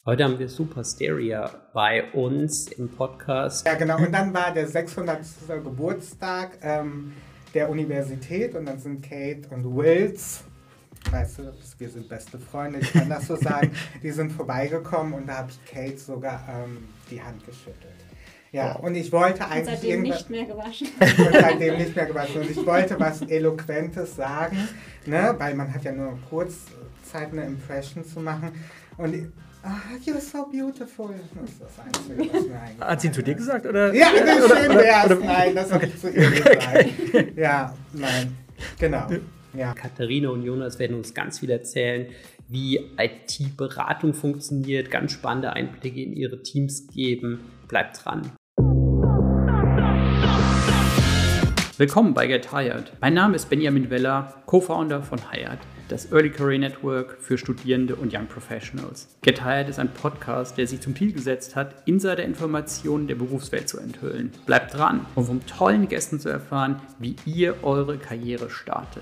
Heute haben wir Supersteria bei uns im Podcast. Ja, genau. Und dann war der 600. Geburtstag der Universität und dann sind Kate und Wills, weißt du, wir sind beste Freunde, ich kann das so sagen, die sind vorbeigekommen und da habe ich Kate sogar die Hand geschüttelt. Ja, und ich wollte eigentlich und seitdem nicht mehr gewaschen. Und ich wollte was Eloquentes sagen, ne? Weil man hat ja nur kurz Zeit, eine Impression zu machen. Und you're so beautiful. Das ist das Einzige, was mir eingefallen ist. Hat sie zu dir gesagt? Oder? Ja, schön wär's. Nein, das habe ich zu ihr gesagt. Ja, nein, genau. Ja. Katharina und Jonas werden uns ganz viel erzählen, wie IT-Beratung funktioniert, ganz spannende Einblicke in ihre Teams geben. Bleibt dran. Willkommen bei Get Hired. Mein Name ist Benjamin Weller, Co-Founder von Hired, das Early Career Network für Studierende und Young Professionals. Get Hired ist ein Podcast, der sich zum Ziel gesetzt hat, Insider-Informationen der Berufswelt zu enthüllen. Bleibt dran, um von tollen Gästen zu erfahren, wie ihr eure Karriere startet.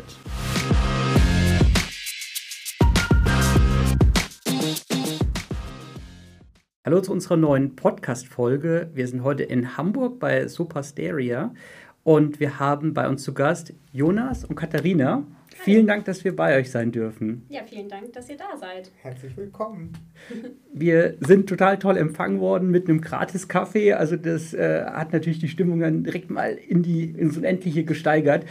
Hallo zu unserer neuen Podcast-Folge. Wir sind heute in Hamburg bei Supersteria und wir haben bei uns zu Gast Jonas und Katharina. Vielen Dank, dass wir bei euch sein dürfen. Ja, vielen Dank, dass ihr da seid. Herzlich willkommen. Wir sind total toll empfangen worden mit einem Gratis-Kaffee. Also das hat natürlich die Stimmung dann direkt mal ins Unendliche gesteigert.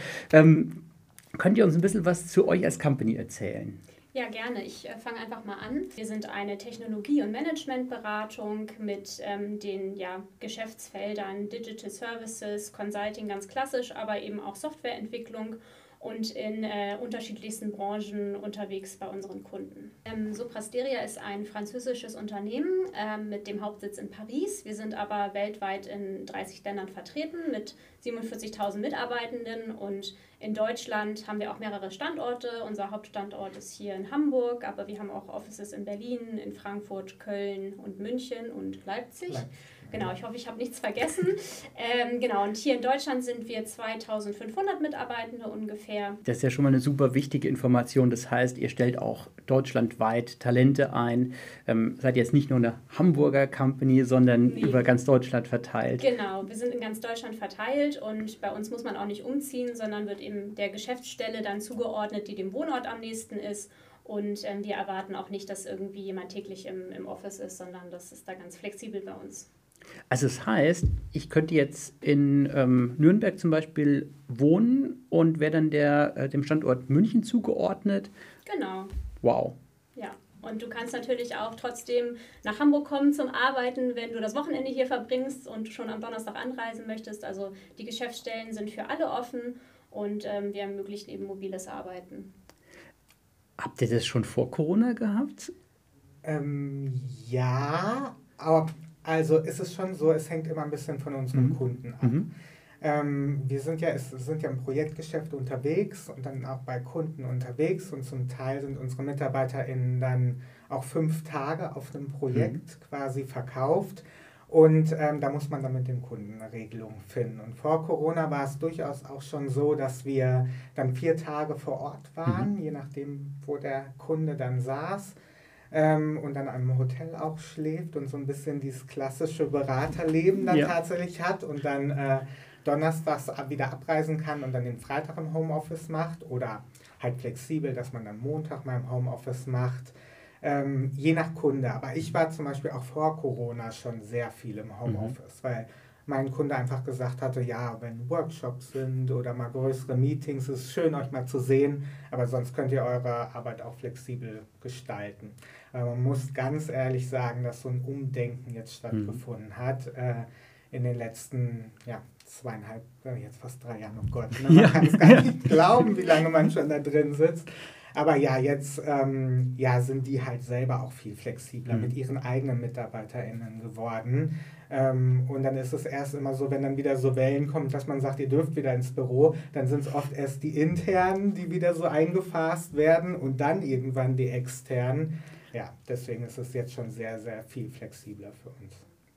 Könnt ihr uns ein bisschen was zu euch als Company erzählen? Ja, gerne. Ich fange einfach mal an. Wir sind eine Technologie- und Managementberatung mit den Geschäftsfeldern Digital Services, Consulting ganz klassisch, aber eben auch Softwareentwicklung und in unterschiedlichsten Branchen unterwegs bei unseren Kunden. Supersteria ist ein französisches Unternehmen mit dem Hauptsitz in Paris. Wir sind aber weltweit in 30 Ländern vertreten mit 47.000 Mitarbeitenden und in Deutschland haben wir auch mehrere Standorte. Unser Hauptstandort ist hier in Hamburg, aber wir haben auch Offices in Berlin, in Frankfurt, Köln und München und Leipzig. Genau, ich hoffe, ich habe nichts vergessen. Und hier in Deutschland sind wir 2.500 Mitarbeitende ungefähr. Das ist ja schon mal eine super wichtige Information. Das heißt, ihr stellt auch deutschlandweit Talente ein. Seid jetzt nicht nur eine Hamburger Company, sondern über ganz Deutschland verteilt. Genau, wir sind in ganz Deutschland verteilt und bei uns muss man auch nicht umziehen, sondern wird eben der Geschäftsstelle dann zugeordnet, die dem Wohnort am nächsten ist. Und wir erwarten auch nicht, dass irgendwie jemand täglich im Office ist, sondern das ist da ganz flexibel bei uns. Also das heißt, ich könnte jetzt in Nürnberg zum Beispiel wohnen und wäre dann dem Standort München zugeordnet. Genau. Wow. Ja, und du kannst natürlich auch trotzdem nach Hamburg kommen zum Arbeiten, wenn du das Wochenende hier verbringst und schon am Donnerstag anreisen möchtest. Also die Geschäftsstellen sind für alle offen und wir ermöglichen eben mobiles Arbeiten. Habt ihr das schon vor Corona gehabt? Ja, aber also ist es schon so, es hängt immer ein bisschen von unseren Kunden ab. Wir sind ja im Projektgeschäft unterwegs und dann auch bei Kunden unterwegs und zum Teil sind unsere MitarbeiterInnen dann auch 5 Tage auf einem Projekt quasi verkauft und da muss man dann mit dem Kunden eine Regelung finden. Und vor Corona war es durchaus auch schon so, dass wir dann 4 Tage vor Ort waren, je nachdem, wo der Kunde dann saß. Und dann im Hotel auch schläft und so ein bisschen dieses klassische Beraterleben dann tatsächlich hat und dann donnerstags wieder abreisen kann und dann den Freitag im Homeoffice macht oder halt flexibel, dass man dann Montag mal im Homeoffice macht, je nach Kunde. Aber ich war zum Beispiel auch vor Corona schon sehr viel im Homeoffice, weil mein Kunde einfach gesagt hatte, ja, wenn Workshops sind oder mal größere Meetings, ist es schön, euch mal zu sehen, aber sonst könnt ihr eure Arbeit auch flexibel gestalten. Aber man muss ganz ehrlich sagen, dass so ein Umdenken jetzt stattgefunden hat in den letzten 2,5, jetzt fast 3 Jahren, oh Gott. Man kann es gar nicht glauben, wie lange man schon da drin sitzt. Aber ja, jetzt sind die halt selber auch viel flexibler mit ihren eigenen MitarbeiterInnen geworden. Und dann ist es erst immer so, wenn dann wieder so Wellen kommen, dass man sagt, ihr dürft wieder ins Büro, dann sind es oft erst die internen, die wieder so eingefasst werden und dann irgendwann die externen. Ja, deswegen ist es jetzt schon sehr, sehr viel flexibler für uns.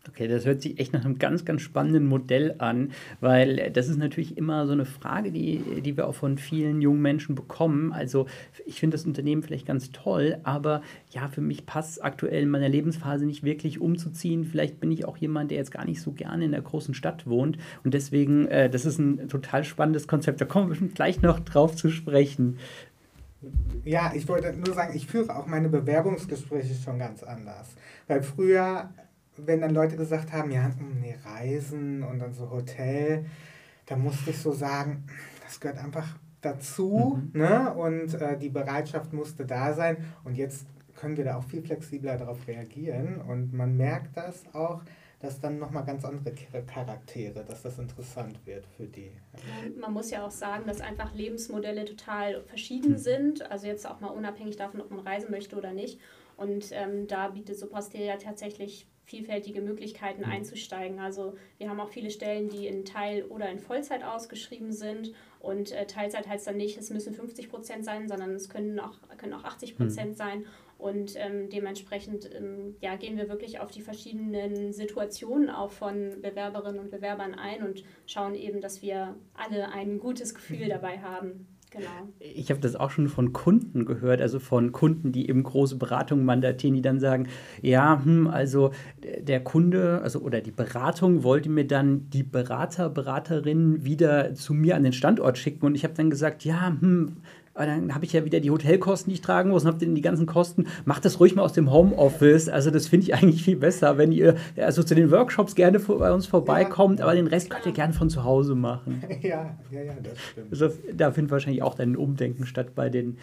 Okay, das hört sich echt nach einem ganz, ganz spannenden Modell an, weil das ist natürlich immer so eine Frage, die wir auch von vielen jungen Menschen bekommen. Also ich finde das Unternehmen vielleicht ganz toll, aber ja, für mich passt es aktuell in meiner Lebensphase nicht wirklich umzuziehen. Vielleicht bin ich auch jemand, der jetzt gar nicht so gerne in der großen Stadt wohnt und deswegen, das ist ein total spannendes Konzept. Da kommen wir bestimmt gleich noch drauf zu sprechen. Ja, ich wollte nur sagen, ich führe auch meine Bewerbungsgespräche schon ganz anders. Weil früher, wenn dann Leute gesagt haben, ja, nee, Reisen und dann so Hotel, da musste ich so sagen, das gehört einfach dazu, ne? Und die Bereitschaft musste da sein. Und jetzt können wir da auch viel flexibler darauf reagieren. Und man merkt das auch, dass dann nochmal ganz andere Charaktere, dass das interessant wird für die. Man muss ja auch sagen, dass einfach Lebensmodelle total verschieden sind. Also jetzt auch mal unabhängig davon, ob man reisen möchte oder nicht. Und da bietet Soprasteria tatsächlich vielfältige Möglichkeiten einzusteigen. Also wir haben auch viele Stellen, die in Teil- oder in Vollzeit ausgeschrieben sind. Und Teilzeit heißt dann nicht, es müssen 50% sein, sondern es können auch 80% sein. Und dementsprechend gehen wir wirklich auf die verschiedenen Situationen auch von Bewerberinnen und Bewerbern ein und schauen eben, dass wir alle ein gutes Gefühl dabei haben. Genau. Ich habe das auch schon von Kunden gehört, also von Kunden, die eben große Beratungen mandatieren, die dann sagen, ja, also der Kunde, also oder die Beratung wollte mir dann die Beraterin wieder zu mir an den Standort schicken und ich habe dann gesagt, ja, aber dann habe ich ja wieder die Hotelkosten, die ich tragen muss und habt ihr denn die ganzen Kosten. Macht das ruhig mal aus dem Homeoffice. Also das finde ich eigentlich viel besser, wenn ihr also zu den Workshops gerne bei uns vorbeikommt, aber den Rest könnt ihr gerne von zu Hause machen. Ja, das stimmt. Also da findet wahrscheinlich auch dann ein Umdenken statt bei den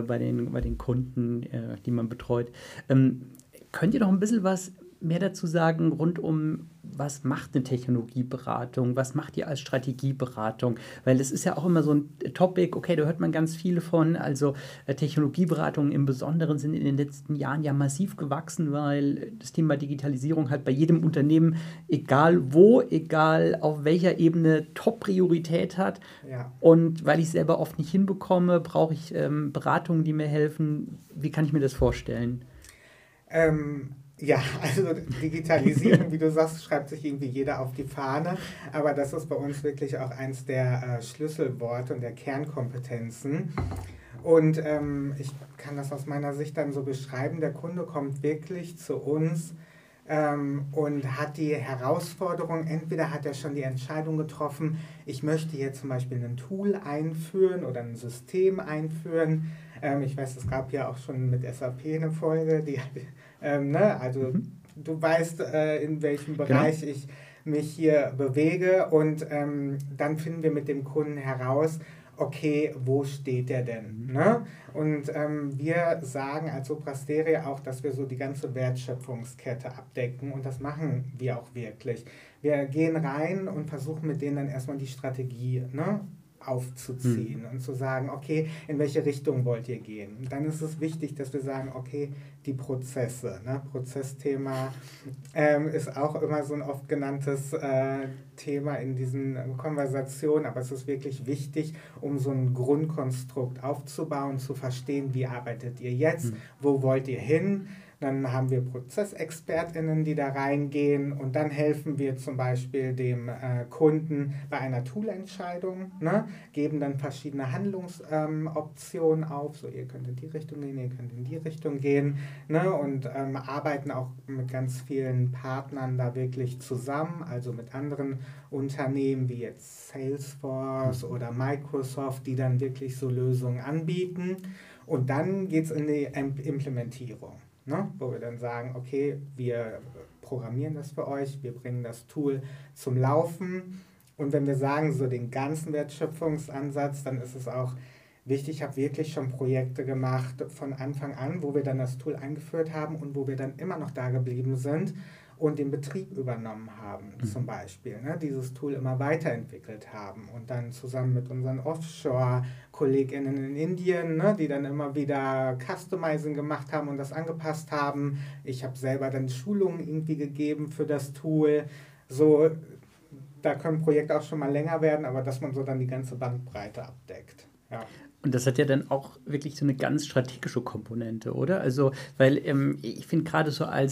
Kunden, die man betreut. Könnt ihr noch ein bisschen was mehr dazu sagen rund um, was macht eine Technologieberatung, was macht ihr als Strategieberatung? Weil das ist ja auch immer so ein Topic, okay, da hört man ganz viele von, also Technologieberatungen im Besonderen sind in den letzten Jahren ja massiv gewachsen, weil das Thema Digitalisierung halt bei jedem Unternehmen, egal wo, egal auf welcher Ebene, Top-Priorität hat. Ja. Und weil ich es selber oft nicht hinbekomme, brauche ich Beratungen, die mir helfen. Wie kann ich mir das vorstellen? Ja, also Digitalisierung, wie du sagst, schreibt sich irgendwie jeder auf die Fahne, aber das ist bei uns wirklich auch eins der Schlüsselworte und der Kernkompetenzen. Und ich kann das aus meiner Sicht dann so beschreiben, der Kunde kommt wirklich zu uns und hat die Herausforderung, entweder hat er schon die Entscheidung getroffen, ich möchte jetzt zum Beispiel ein Tool einführen oder ein System einführen. Ich weiß, es gab ja auch schon mit SAP eine Folge, die also du weißt, in welchem Bereich ich mich hier bewege und dann finden wir mit dem Kunden heraus, okay, wo steht der denn? Ne? Und wir sagen als Soprasteria auch, dass wir so die ganze Wertschöpfungskette abdecken und das machen wir auch wirklich. Wir gehen rein und versuchen mit denen dann erstmal die Strategie aufzuziehen und zu sagen, okay, in welche Richtung wollt ihr gehen? Und dann ist es wichtig, dass wir sagen, okay, die Prozesse, Prozessthema ist auch immer so ein oft genanntes Thema in diesen Konversationen, aber es ist wirklich wichtig, um so ein Grundkonstrukt aufzubauen, zu verstehen, wie arbeitet ihr jetzt, wo wollt ihr hin? Dann haben wir ProzessexpertInnen, die da reingehen und dann helfen wir zum Beispiel dem Kunden bei einer Toolentscheidung, geben dann verschiedene Handlungsoptionen auf, so ihr könnt in die Richtung gehen, ihr könnt in die Richtung gehen und arbeiten auch mit ganz vielen Partnern da wirklich zusammen, also mit anderen Unternehmen wie jetzt Salesforce oder Microsoft, die dann wirklich so Lösungen anbieten und dann geht es in die Implementierung. Wo wir dann sagen, okay, wir programmieren das für euch, wir bringen das Tool zum Laufen und wenn wir sagen, so den ganzen Wertschöpfungsansatz, dann ist es auch wichtig, ich habe wirklich schon Projekte gemacht von Anfang an, wo wir dann das Tool eingeführt haben und wo wir dann immer noch da geblieben sind und den Betrieb übernommen haben, zum Beispiel, dieses Tool immer weiterentwickelt haben und dann zusammen mit unseren Offshore-KollegInnen in Indien, die dann immer wieder Customizing gemacht haben und das angepasst haben. Ich habe selber dann Schulungen irgendwie gegeben für das Tool. So, da können Projekte auch schon mal länger werden, aber dass man so dann die ganze Bandbreite abdeckt. Ja. Und das hat ja dann auch wirklich so eine ganz strategische Komponente, oder? Also, weil ich finde gerade so als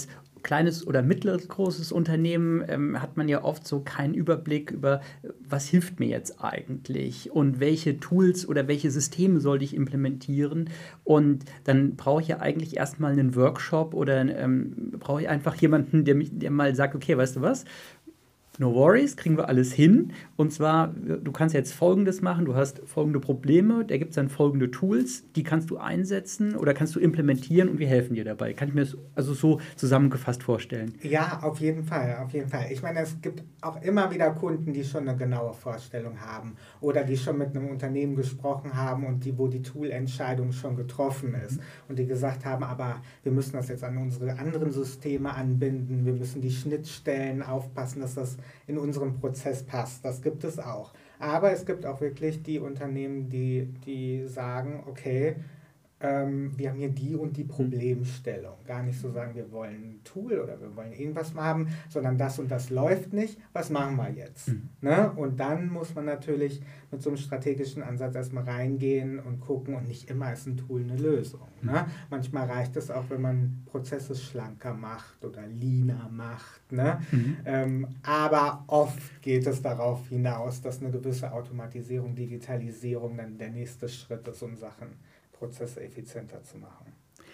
kleines oder mittleres großes Unternehmen hat man ja oft so keinen Überblick über, was hilft mir jetzt eigentlich und welche Tools oder welche Systeme sollte ich implementieren. Und dann brauche ich ja eigentlich erstmal einen Workshop oder brauche ich einfach jemanden, der mal sagt, okay, weißt du was? No worries, kriegen wir alles hin. Und zwar, du kannst jetzt Folgendes machen, du hast folgende Probleme, da gibt es dann folgende Tools, die kannst du einsetzen oder kannst du implementieren und wir helfen dir dabei. Kann ich mir das also so zusammengefasst vorstellen? Ja, auf jeden Fall, auf jeden Fall. Ich meine, es gibt auch immer wieder Kunden, die schon eine genaue Vorstellung haben oder die schon mit einem Unternehmen gesprochen haben und wo die Toolentscheidung schon getroffen ist und die gesagt haben, aber wir müssen das jetzt an unsere anderen Systeme anbinden, wir müssen die Schnittstellen aufpassen, dass das in unserem Prozess passt. Das gibt es auch. Aber es gibt auch wirklich die Unternehmen, die sagen, okay, wir haben hier die und die Problemstellung. Gar nicht so sagen, wir wollen ein Tool oder wir wollen irgendwas haben, sondern das und das läuft nicht. Was machen wir jetzt? Ne? Und dann muss man natürlich mit so einem strategischen Ansatz erstmal reingehen und gucken und nicht immer ist ein Tool eine Lösung. Ne? Manchmal reicht es auch, wenn man Prozesse schlanker macht oder leaner macht. Ne? Aber oft geht es darauf hinaus, dass eine gewisse Automatisierung, Digitalisierung dann der nächste Schritt ist, um Prozesse effizienter zu machen.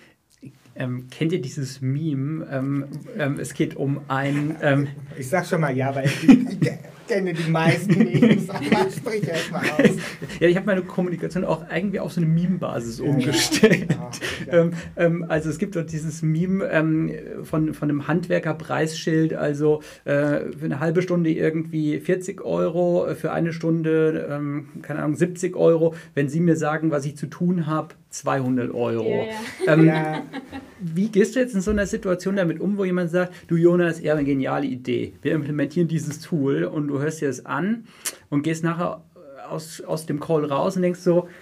Kennt ihr dieses Meme? Es geht um ein... ich sag schon mal ja, weil ich kenne die meisten Memes, aber sprich erst mal aus. Ja, ich habe meine Kommunikation auch irgendwie auf so eine Meme-Basis umgestellt. Ja. Also es gibt dort dieses Meme von einem Handwerker-Preisschild, also für eine halbe Stunde irgendwie 40 Euro, für eine Stunde, keine Ahnung, 70 Euro. Wenn Sie mir sagen, was ich zu tun habe, 200 Euro. Ja. Wie gehst du jetzt in so einer Situation damit um, wo jemand sagt, du Jonas, eher eine geniale Idee. Wir implementieren dieses Tool und du hörst dir das an und gehst nachher aus dem Call raus und denkst so,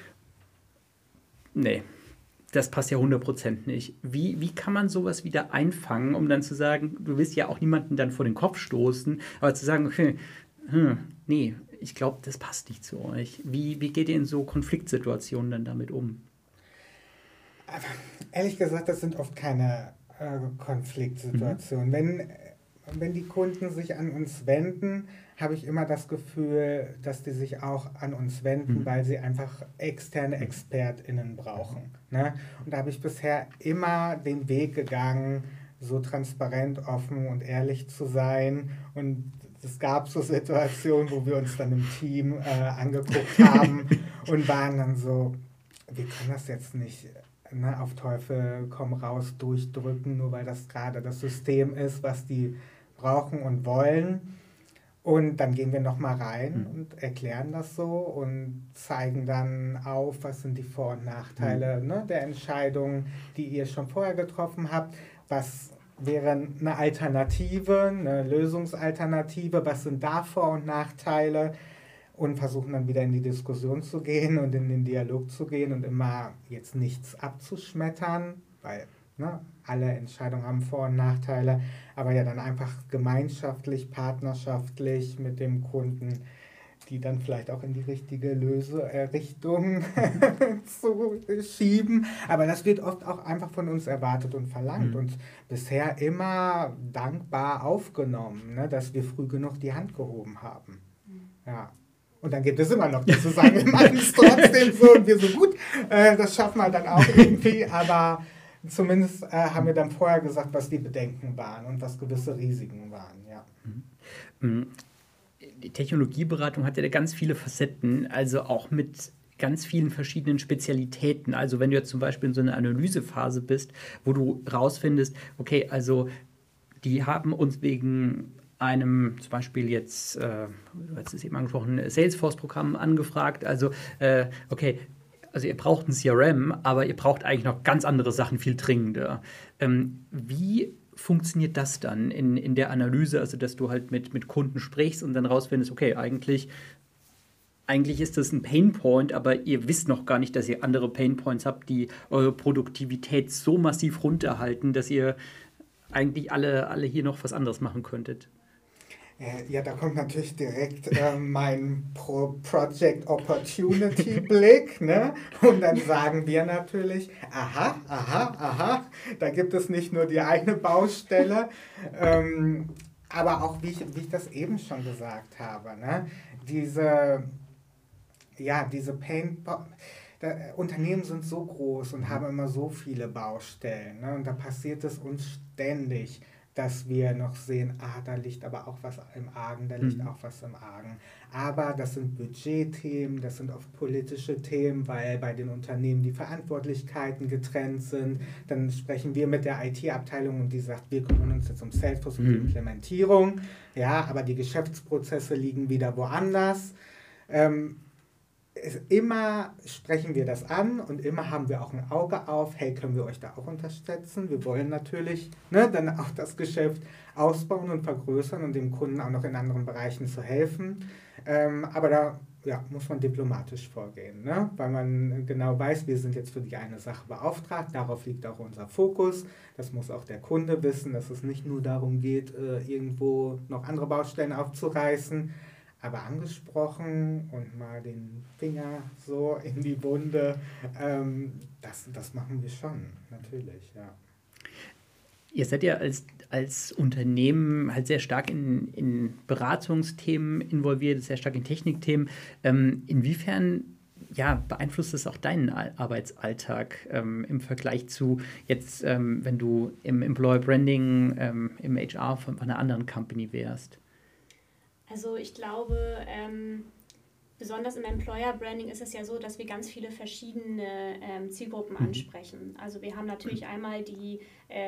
nee, das passt ja 100% nicht. Wie kann man sowas wieder einfangen, um dann zu sagen, du willst ja auch niemanden dann vor den Kopf stoßen, aber zu sagen, okay, nee, ich glaube, das passt nicht zu euch. Wie geht ihr in so Konfliktsituationen dann damit um? Ehrlich gesagt, das sind oft keine Konfliktsituationen. Wenn die Kunden sich an uns wenden, habe ich immer das Gefühl, dass die sich auch an uns wenden, weil sie einfach externe ExpertInnen brauchen. Ne? Und da habe ich bisher immer den Weg gegangen, so transparent, offen und ehrlich zu sein. Und es gab so Situationen, wo wir uns dann im Team angeguckt haben und waren dann so, wir können das jetzt nicht auf Teufel komm raus durchdrücken, nur weil das gerade das System ist, was die brauchen und wollen. Und dann gehen wir nochmal rein und erklären das so und zeigen dann auf, was sind die Vor- und Nachteile der Entscheidung, die ihr schon vorher getroffen habt. Was wäre eine Alternative, eine Lösungsalternative, was sind da Vor- und Nachteile? Und versuchen dann wieder in die Diskussion zu gehen und in den Dialog zu gehen und immer jetzt nichts abzuschmettern, weil alle Entscheidungen haben Vor- und Nachteile, aber ja dann einfach gemeinschaftlich, partnerschaftlich mit dem Kunden, die dann vielleicht auch in die richtige Richtung zu schieben. Aber das wird oft auch einfach von uns erwartet und verlangt und bisher immer dankbar aufgenommen, dass wir früh genug die Hand gehoben haben. Ja. Und dann gibt es immer noch die zu sagen, wir machen es trotzdem so und wir so gut. Das schaffen wir dann auch irgendwie, aber zumindest haben wir dann vorher gesagt, was die Bedenken waren und was gewisse Risiken waren. Ja. Die Technologieberatung hat ja ganz viele Facetten, also auch mit ganz vielen verschiedenen Spezialitäten. Also wenn du jetzt zum Beispiel in so einer Analysephase bist, wo du rausfindest, okay, also die haben uns wegen einem zum Beispiel jetzt, du hast es eben angesprochen, Salesforce-Programm angefragt. Also, okay, also ihr braucht ein CRM, aber ihr braucht eigentlich noch ganz andere Sachen, viel dringender. Wie funktioniert das dann in der Analyse, also dass du halt mit Kunden sprichst und dann rausfindest, okay, eigentlich ist das ein Painpoint, aber ihr wisst noch gar nicht, dass ihr andere Painpoints habt, die eure Produktivität so massiv runterhalten, dass ihr eigentlich alle hier noch was anderes machen könntet? Ja, da kommt natürlich direkt mein Project Opportunity Blick, ne? Und dann sagen wir natürlich, aha, da gibt es nicht nur die eine Baustelle, aber auch, wie ich das eben schon gesagt habe, ne? Diese Unternehmen sind so groß und haben immer so viele Baustellen, ne? Und da passiert es uns ständig, dass wir noch sehen, da liegt aber auch was im Argen, da liegt auch was im Argen. Aber das sind Budgetthemen, das sind oft politische Themen, weil bei den Unternehmen die Verantwortlichkeiten getrennt sind. Dann sprechen wir mit der IT-Abteilung und die sagt, wir kümmern uns jetzt um Salesforce und die Implementierung. Ja, aber die Geschäftsprozesse liegen wieder woanders. Immer sprechen wir das an und immer haben wir auch ein Auge auf, hey, können wir euch da auch unterstützen? Wir wollen natürlich dann auch das Geschäft ausbauen und vergrößern und dem Kunden auch noch in anderen Bereichen zu helfen. Aber da muss man diplomatisch vorgehen, ne? Weil man genau weiß, wir sind jetzt für die eine Sache beauftragt, darauf liegt auch unser Fokus. Das muss auch der Kunde wissen, dass es nicht nur darum geht, irgendwo noch andere Baustellen aufzureißen, aber angesprochen und mal den Finger so in die Wunde, das machen wir schon, natürlich, ja. Ihr seid ja als Unternehmen halt sehr stark in Beratungsthemen involviert, sehr stark in Technikthemen. Inwiefern beeinflusst es auch deinen Arbeitsalltag im Vergleich zu jetzt, wenn du im Employer Branding, im HR von einer anderen Company wärst? Also ich glaube, besonders im Employer Branding ist es ja so, dass wir ganz viele verschiedene Zielgruppen ansprechen. Also wir haben natürlich einmal die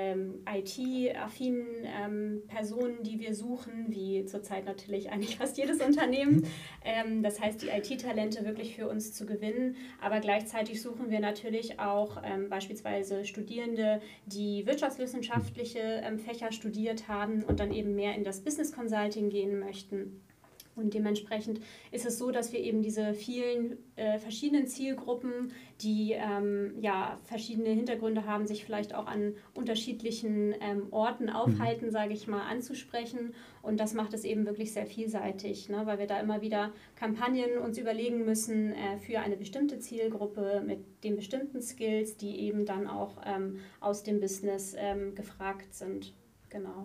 IT-affinen Personen, die wir suchen, wie zurzeit natürlich eigentlich fast jedes Unternehmen. Das heißt, die IT-Talente wirklich für uns zu gewinnen. Aber gleichzeitig suchen wir natürlich auch beispielsweise Studierende, die wirtschaftswissenschaftliche Fächer studiert haben und dann eben mehr in das Business Consulting gehen möchten. Und dementsprechend ist es so, dass wir eben diese vielen verschiedenen Zielgruppen, die verschiedene Hintergründe haben, sich vielleicht auch an unterschiedlichen Orten aufhalten, sage ich mal, anzusprechen. Und das macht es eben wirklich sehr vielseitig, ne? Weil wir da immer wieder Kampagnen uns überlegen müssen für eine bestimmte Zielgruppe mit den bestimmten Skills, die eben dann auch aus dem Business gefragt sind. Genau.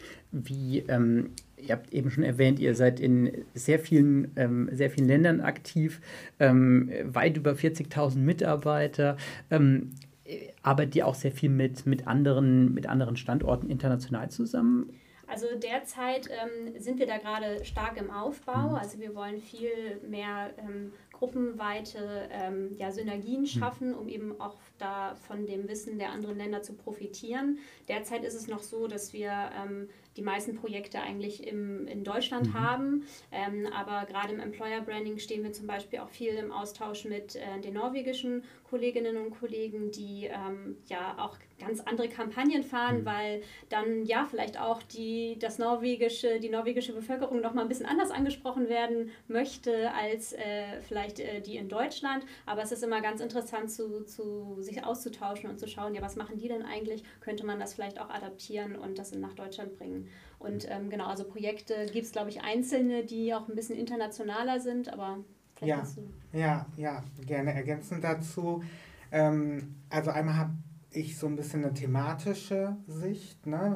Ihr habt eben schon erwähnt, ihr seid in sehr vielen Ländern aktiv, weit über 40.000 Mitarbeiter, arbeitet ihr auch sehr viel mit anderen Standorten international zusammen? Also derzeit sind wir da gerade stark im Aufbau, also wir wollen viel mehr gruppenweite Synergien schaffen, um eben auch da von dem Wissen der anderen Länder zu profitieren. Derzeit ist es noch so, dass wir die meisten Projekte eigentlich in Deutschland haben, aber gerade im Employer Branding stehen wir zum Beispiel auch viel im Austausch mit den norwegischen Kolleginnen und Kollegen, die auch ganz andere Kampagnen fahren, weil dann vielleicht auch die norwegische Bevölkerung noch mal ein bisschen anders angesprochen werden möchte als vielleicht die in Deutschland. Aber es ist immer ganz interessant, sich auszutauschen und zu schauen, was machen die denn eigentlich? Könnte man das vielleicht auch adaptieren und das nach Deutschland bringen? Und also Projekte gibt es, glaube ich, einzelne, die auch ein bisschen internationaler sind, aber vielleicht hast du... Ja, gerne ergänzend dazu. Also einmal habe ich so ein bisschen eine thematische Sicht, ne?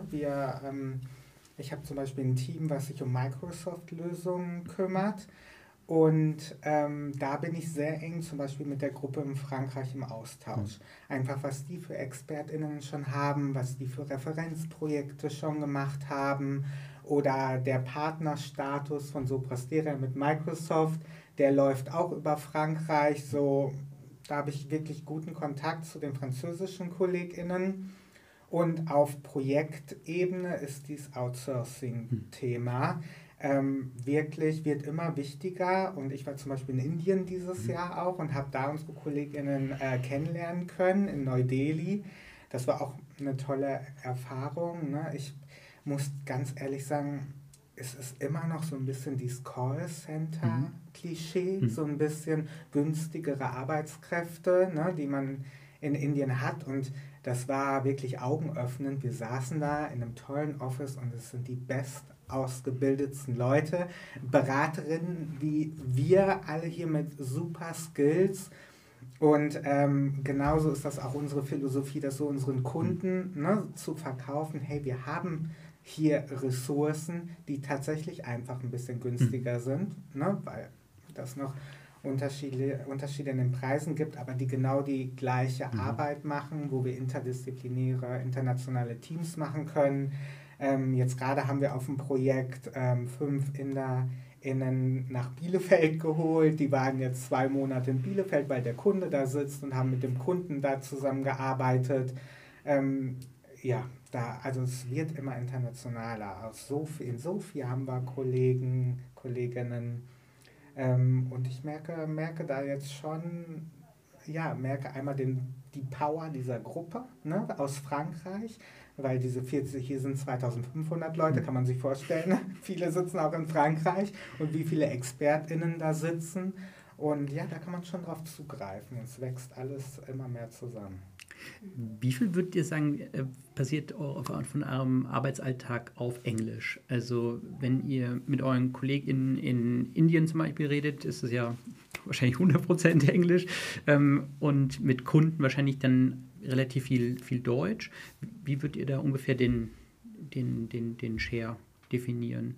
Ich habe zum Beispiel ein Team, was sich um Microsoft-Lösungen kümmert. Und da bin ich sehr eng zum Beispiel mit der Gruppe in Frankreich im Austausch. Einfach, was die für ExpertInnen schon haben, was die für Referenzprojekte schon gemacht haben oder der Partnerstatus von Sopra Steria mit Microsoft, der läuft auch über Frankreich. So, da habe ich wirklich guten Kontakt zu den französischen KollegInnen. Und auf Projektebene ist dieses Outsourcing-Thema wirklich, wird immer wichtiger. Und ich war zum Beispiel in Indien dieses Jahr auch und habe da unsere KollegInnen kennenlernen können in Neu-Delhi. Das war auch eine tolle Erfahrung, ne? Ich muss ganz ehrlich sagen, es ist immer noch so ein bisschen dieses Callcenter-Klischee, so ein bisschen günstigere Arbeitskräfte, ne, die man in Indien hat. Und das war wirklich augenöffnend. Wir saßen da in einem tollen Office und es sind die bestausgebildetsten Leute, Beraterinnen wie wir, alle hier mit super Skills. Und genauso ist das auch unsere Philosophie, das so unseren Kunden zu verkaufen. Hey, wir haben hier Ressourcen, die tatsächlich einfach ein bisschen günstiger sind, weil das noch Unterschiede in den Preisen gibt, aber die genau die gleiche Arbeit machen, wo wir interdisziplinäre, internationale Teams machen können. Jetzt gerade haben wir auf dem Projekt 5 InderInnen nach Bielefeld geholt. Die waren jetzt 2 Monate in Bielefeld, weil der Kunde da sitzt und haben mit dem Kunden da zusammengearbeitet. Also es wird immer internationaler. In Sofia haben wir Kollegen, Kolleginnen. Und ich merke da jetzt schon, merke einmal die Power dieser Gruppe aus Frankreich, weil hier sind 2500 Leute, kann man sich vorstellen. Viele sitzen auch in Frankreich und wie viele ExpertInnen da sitzen. Und ja, da kann man schon drauf zugreifen. Es wächst alles immer mehr zusammen. Wie viel würdet ihr sagen, passiert von eurem Arbeitsalltag auf Englisch? Also wenn ihr mit euren KollegInnen in Indien zum Beispiel redet, ist es ja wahrscheinlich 100% Englisch und mit Kunden wahrscheinlich dann relativ viel Deutsch. Wie würdet ihr da ungefähr den Share definieren?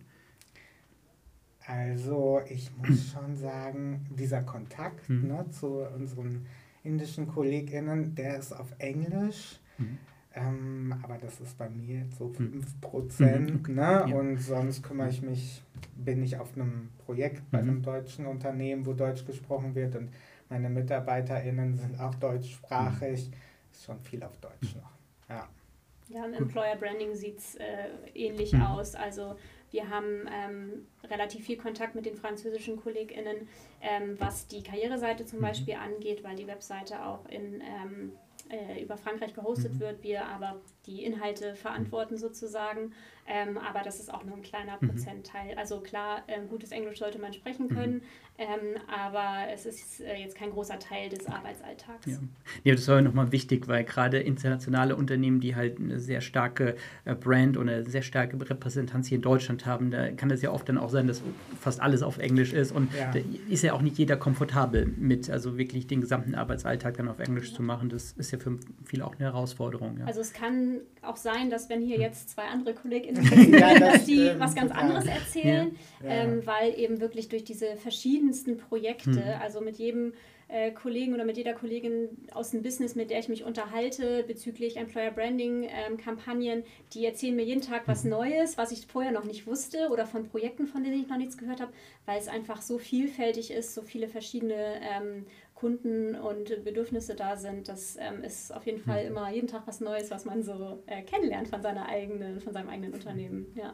Also ich muss schon sagen, dieser Kontakt zu unseren indischen KollegInnen, der ist auf Englisch, aber das ist bei mir so 5%, Ja. Und sonst bin ich auf einem Projekt bei einem deutschen Unternehmen, wo Deutsch gesprochen wird und meine MitarbeiterInnen sind auch deutschsprachig, ist schon viel auf Deutsch noch, Ja, im Employer Branding sieht es ähnlich aus. Also wir haben relativ viel Kontakt mit den französischen KollegInnen, was die Karriereseite zum Beispiel angeht, weil die Webseite auch über Frankreich gehostet wird, wir aber die Inhalte verantworten sozusagen, aber das ist auch nur ein kleiner Prozentteil. Also klar, gutes Englisch sollte man sprechen können, aber es ist jetzt kein großer Teil des Arbeitsalltags. Ja, das war nochmal wichtig, weil gerade internationale Unternehmen, die halt eine sehr starke Brand oder eine sehr starke Repräsentanz hier in Deutschland haben, da kann es ja oft dann auch sein, dass fast alles auf Englisch ist und da ist ja auch nicht jeder komfortabel mit, also wirklich den gesamten Arbeitsalltag dann auf Englisch zu machen, das ist ja für viele auch eine Herausforderung. Ja. Also es kann auch sein, dass wenn hier jetzt 2 andere KollegInnen sitzen, dass die was ganz anderes erzählen, weil eben wirklich durch diese verschiedensten Projekte, also mit jedem Kollegen oder mit jeder Kollegin aus dem Business, mit der ich mich unterhalte bezüglich Employer Branding Kampagnen, die erzählen mir jeden Tag was Neues, was ich vorher noch nicht wusste oder von Projekten, von denen ich noch nichts gehört habe, weil es einfach so vielfältig ist, so viele verschiedene Kunden und Bedürfnisse da sind. Das ist auf jeden Fall immer jeden Tag was Neues, was man so kennenlernt von seinem eigenen Unternehmen. Ja.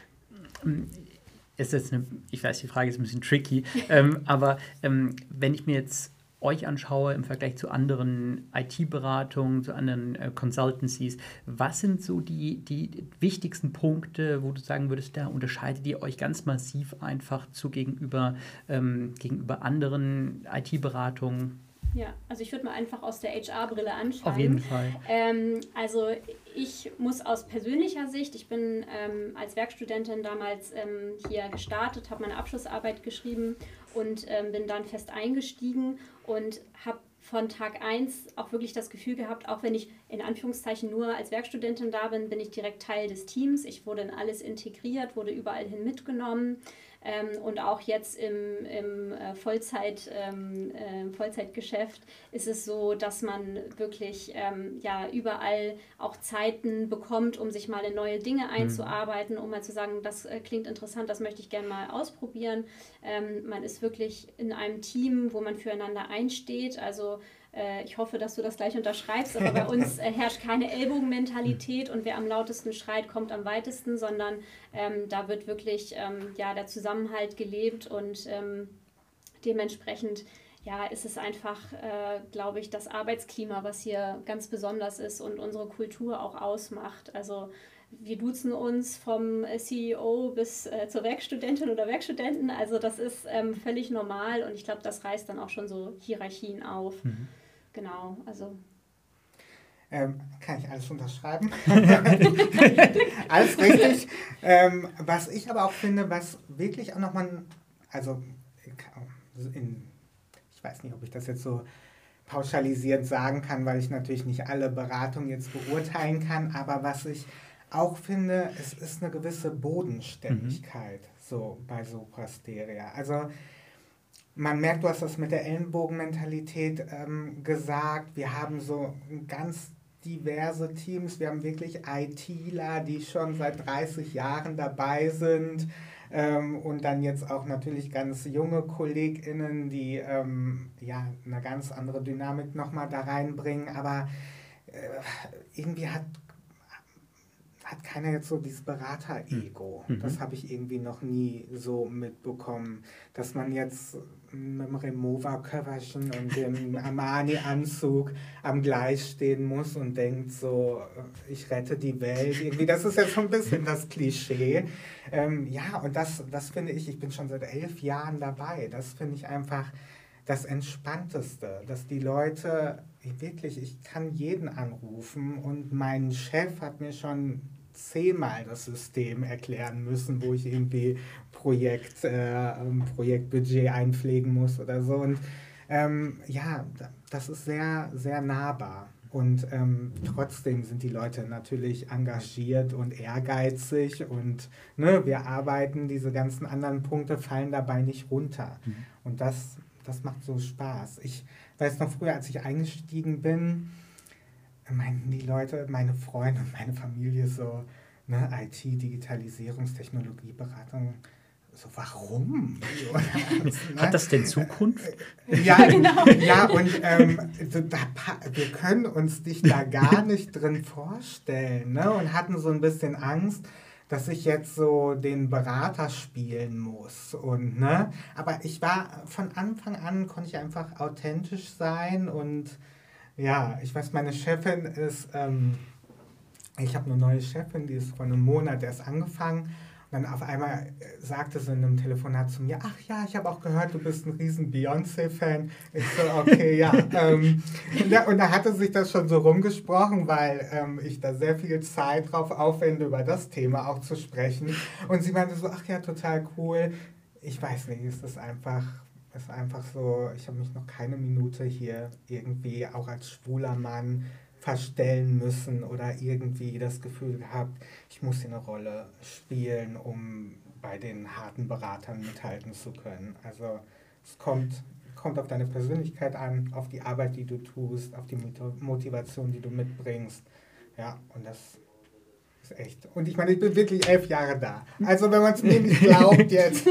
Ich weiß, die Frage ist ein bisschen tricky, aber wenn ich mir jetzt euch anschaue im Vergleich zu anderen IT-Beratungen, zu anderen Consultancies, was sind so die wichtigsten Punkte, wo du sagen würdest, da unterscheidet ihr euch ganz massiv einfach gegenüber anderen IT-Beratungen? Ja, also ich würde mal einfach aus der HR-Brille anfangen. Auf jeden Fall. Also ich muss aus persönlicher Sicht, ich bin als Werkstudentin damals hier gestartet, habe meine Abschlussarbeit geschrieben und bin dann fest eingestiegen und habe von Tag 1 auch wirklich das Gefühl gehabt, auch wenn ich in Anführungszeichen nur als Werkstudentin da bin, bin ich direkt Teil des Teams. Ich wurde in alles integriert, wurde überall hin mitgenommen. Und auch jetzt im Vollzeitgeschäft ist es so, dass man wirklich überall auch Zeiten bekommt, um sich mal in neue Dinge einzuarbeiten, um mal zu sagen, das klingt interessant, das möchte ich gerne mal ausprobieren. Man ist wirklich in einem Team, wo man füreinander einsteht. Also ich hoffe, dass du das gleich unterschreibst, aber bei uns herrscht keine Ellbogenmentalität und wer am lautesten schreit, kommt am weitesten, sondern da wird wirklich der Zusammenhalt gelebt und dementsprechend ist es einfach, glaube ich, das Arbeitsklima, was hier ganz besonders ist und unsere Kultur auch ausmacht. Also wir duzen uns vom CEO bis zur Werkstudentin oder Werkstudenten, also das ist völlig normal und ich glaube, das reißt dann auch schon so Hierarchien auf. Genau, also. Kann ich alles unterschreiben? Alles richtig. Was ich aber auch finde, was wirklich auch nochmal, also ich weiß nicht, ob ich das jetzt so pauschalisierend sagen kann, weil ich natürlich nicht alle Beratungen jetzt beurteilen kann, aber was ich auch finde, es ist eine gewisse Bodenständigkeit so bei Soprasteria. Also man merkt, du hast das mit der Ellenbogenmentalität gesagt, wir haben so ganz diverse Teams, wir haben wirklich ITler, die schon seit 30 Jahren dabei sind, und dann jetzt auch natürlich ganz junge KollegInnen, die eine ganz andere Dynamik nochmal da reinbringen, aber irgendwie hat keiner jetzt so dieses Berater-Ego. Das habe ich irgendwie noch nie so mitbekommen, dass man jetzt mit dem Remover-Köfferchen und dem Armani-Anzug am Gleis stehen muss und denkt so, ich rette die Welt. Irgendwie, das ist jetzt so ein bisschen das Klischee. Und das finde ich bin schon seit 11 Jahren dabei. Das finde ich einfach das Entspannteste, dass die Leute, ich kann jeden anrufen und mein Chef hat mir schon 10-mal das System erklären müssen, wo ich irgendwie Projektbudget einpflegen muss oder so. Und das ist sehr, sehr nahbar. Und trotzdem sind die Leute natürlich engagiert und ehrgeizig und wir arbeiten, diese ganzen anderen Punkte fallen dabei nicht runter. Und das macht so Spaß. Ich weiß noch früher, als ich eingestiegen bin, meinten die Leute, meine Freunde und meine Familie so, IT, Digitalisierungstechnologieberatung, so warum? Hat das denn Zukunft? Ja, genau. Ja, und wir können uns dich da gar nicht drin vorstellen, und hatten so ein bisschen Angst, dass ich jetzt so den Berater spielen muss. Und, aber ich war von Anfang an, konnte ich einfach authentisch sein. Und ja, ich weiß, meine Chefin ist, ich habe eine neue Chefin, die ist vor einem Monat erst angefangen. Und dann auf einmal sagte sie in einem Telefonat zu mir, ach ja, ich habe auch gehört, du bist ein riesen Beyoncé-Fan. Ich so, okay, ja. Und da hatte sich das schon so rumgesprochen, weil ich da sehr viel Zeit drauf aufwende, über das Thema auch zu sprechen. Und sie meinte so, ach ja, total cool. Ich weiß nicht, es ist einfach so, ich habe mich noch keine Minute hier irgendwie auch als schwuler Mann verstellen müssen oder irgendwie das Gefühl gehabt, ich muss hier eine Rolle spielen, um bei den harten Beratern mithalten zu können. Also es kommt auf deine Persönlichkeit an, auf die Arbeit, die du tust, auf die Motivation, die du mitbringst. Ja, und das ist echt. Und ich meine, ich bin wirklich 11 Jahre da. Also wenn man es mir nicht glaubt jetzt.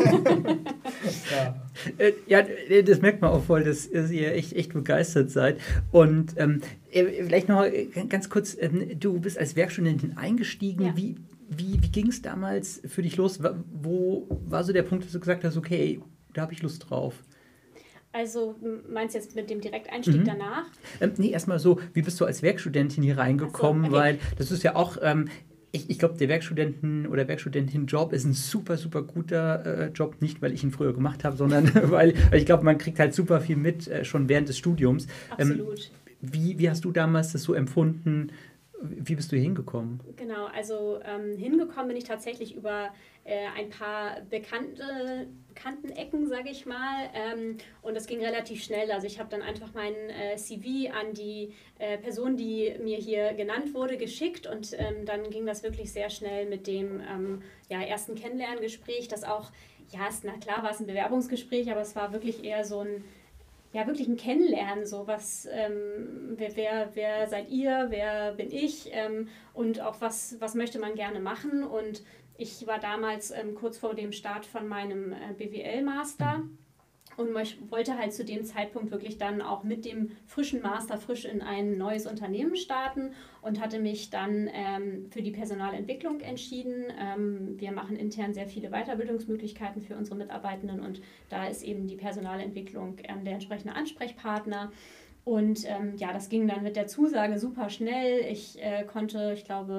Ja, das merkt man auch voll, dass ihr echt begeistert seid. Und vielleicht noch ganz kurz, du bist als Werkstudentin eingestiegen. Ja. Wie ging es damals für dich los? Wo war so der Punkt, dass du gesagt hast, okay, da habe ich Lust drauf? Also meinst du jetzt mit dem Direkteinstieg danach? Nee, erstmal so, wie bist du als Werkstudentin hier reingekommen? So, okay. Weil das ist ja auch... Ich glaube, der Werkstudenten- oder Werkstudentin-Job ist ein super, super guter Job. Nicht, weil ich ihn früher gemacht habe, sondern weil ich glaube, man kriegt halt super viel mit, schon während des Studiums. Absolut. Wie hast du damals das so empfunden? Wie bist du hingekommen? Genau, also hingekommen bin ich tatsächlich über ein paar bekannten Ecken, sage ich mal. Und das ging relativ schnell. Also ich habe dann einfach mein CV an die Person, die mir hier genannt wurde, geschickt. Und dann ging das wirklich sehr schnell mit dem ersten Kennenlerngespräch. Das auch, na klar war es ein Bewerbungsgespräch, aber es war wirklich eher so ein wirklich ein Kennenlernen, so was, wer seid ihr, wer bin ich und auch was möchte man gerne machen. Und ich war damals kurz vor dem Start von meinem BWL-Master und wollte halt zu dem Zeitpunkt wirklich dann auch mit dem frischen Master frisch in ein neues Unternehmen starten und hatte mich dann für die Personalentwicklung entschieden. Wir machen intern sehr viele Weiterbildungsmöglichkeiten für unsere Mitarbeitenden und da ist eben die Personalentwicklung der entsprechende Ansprechpartner. Und das ging dann mit der Zusage super schnell. Ich konnte, ich glaube,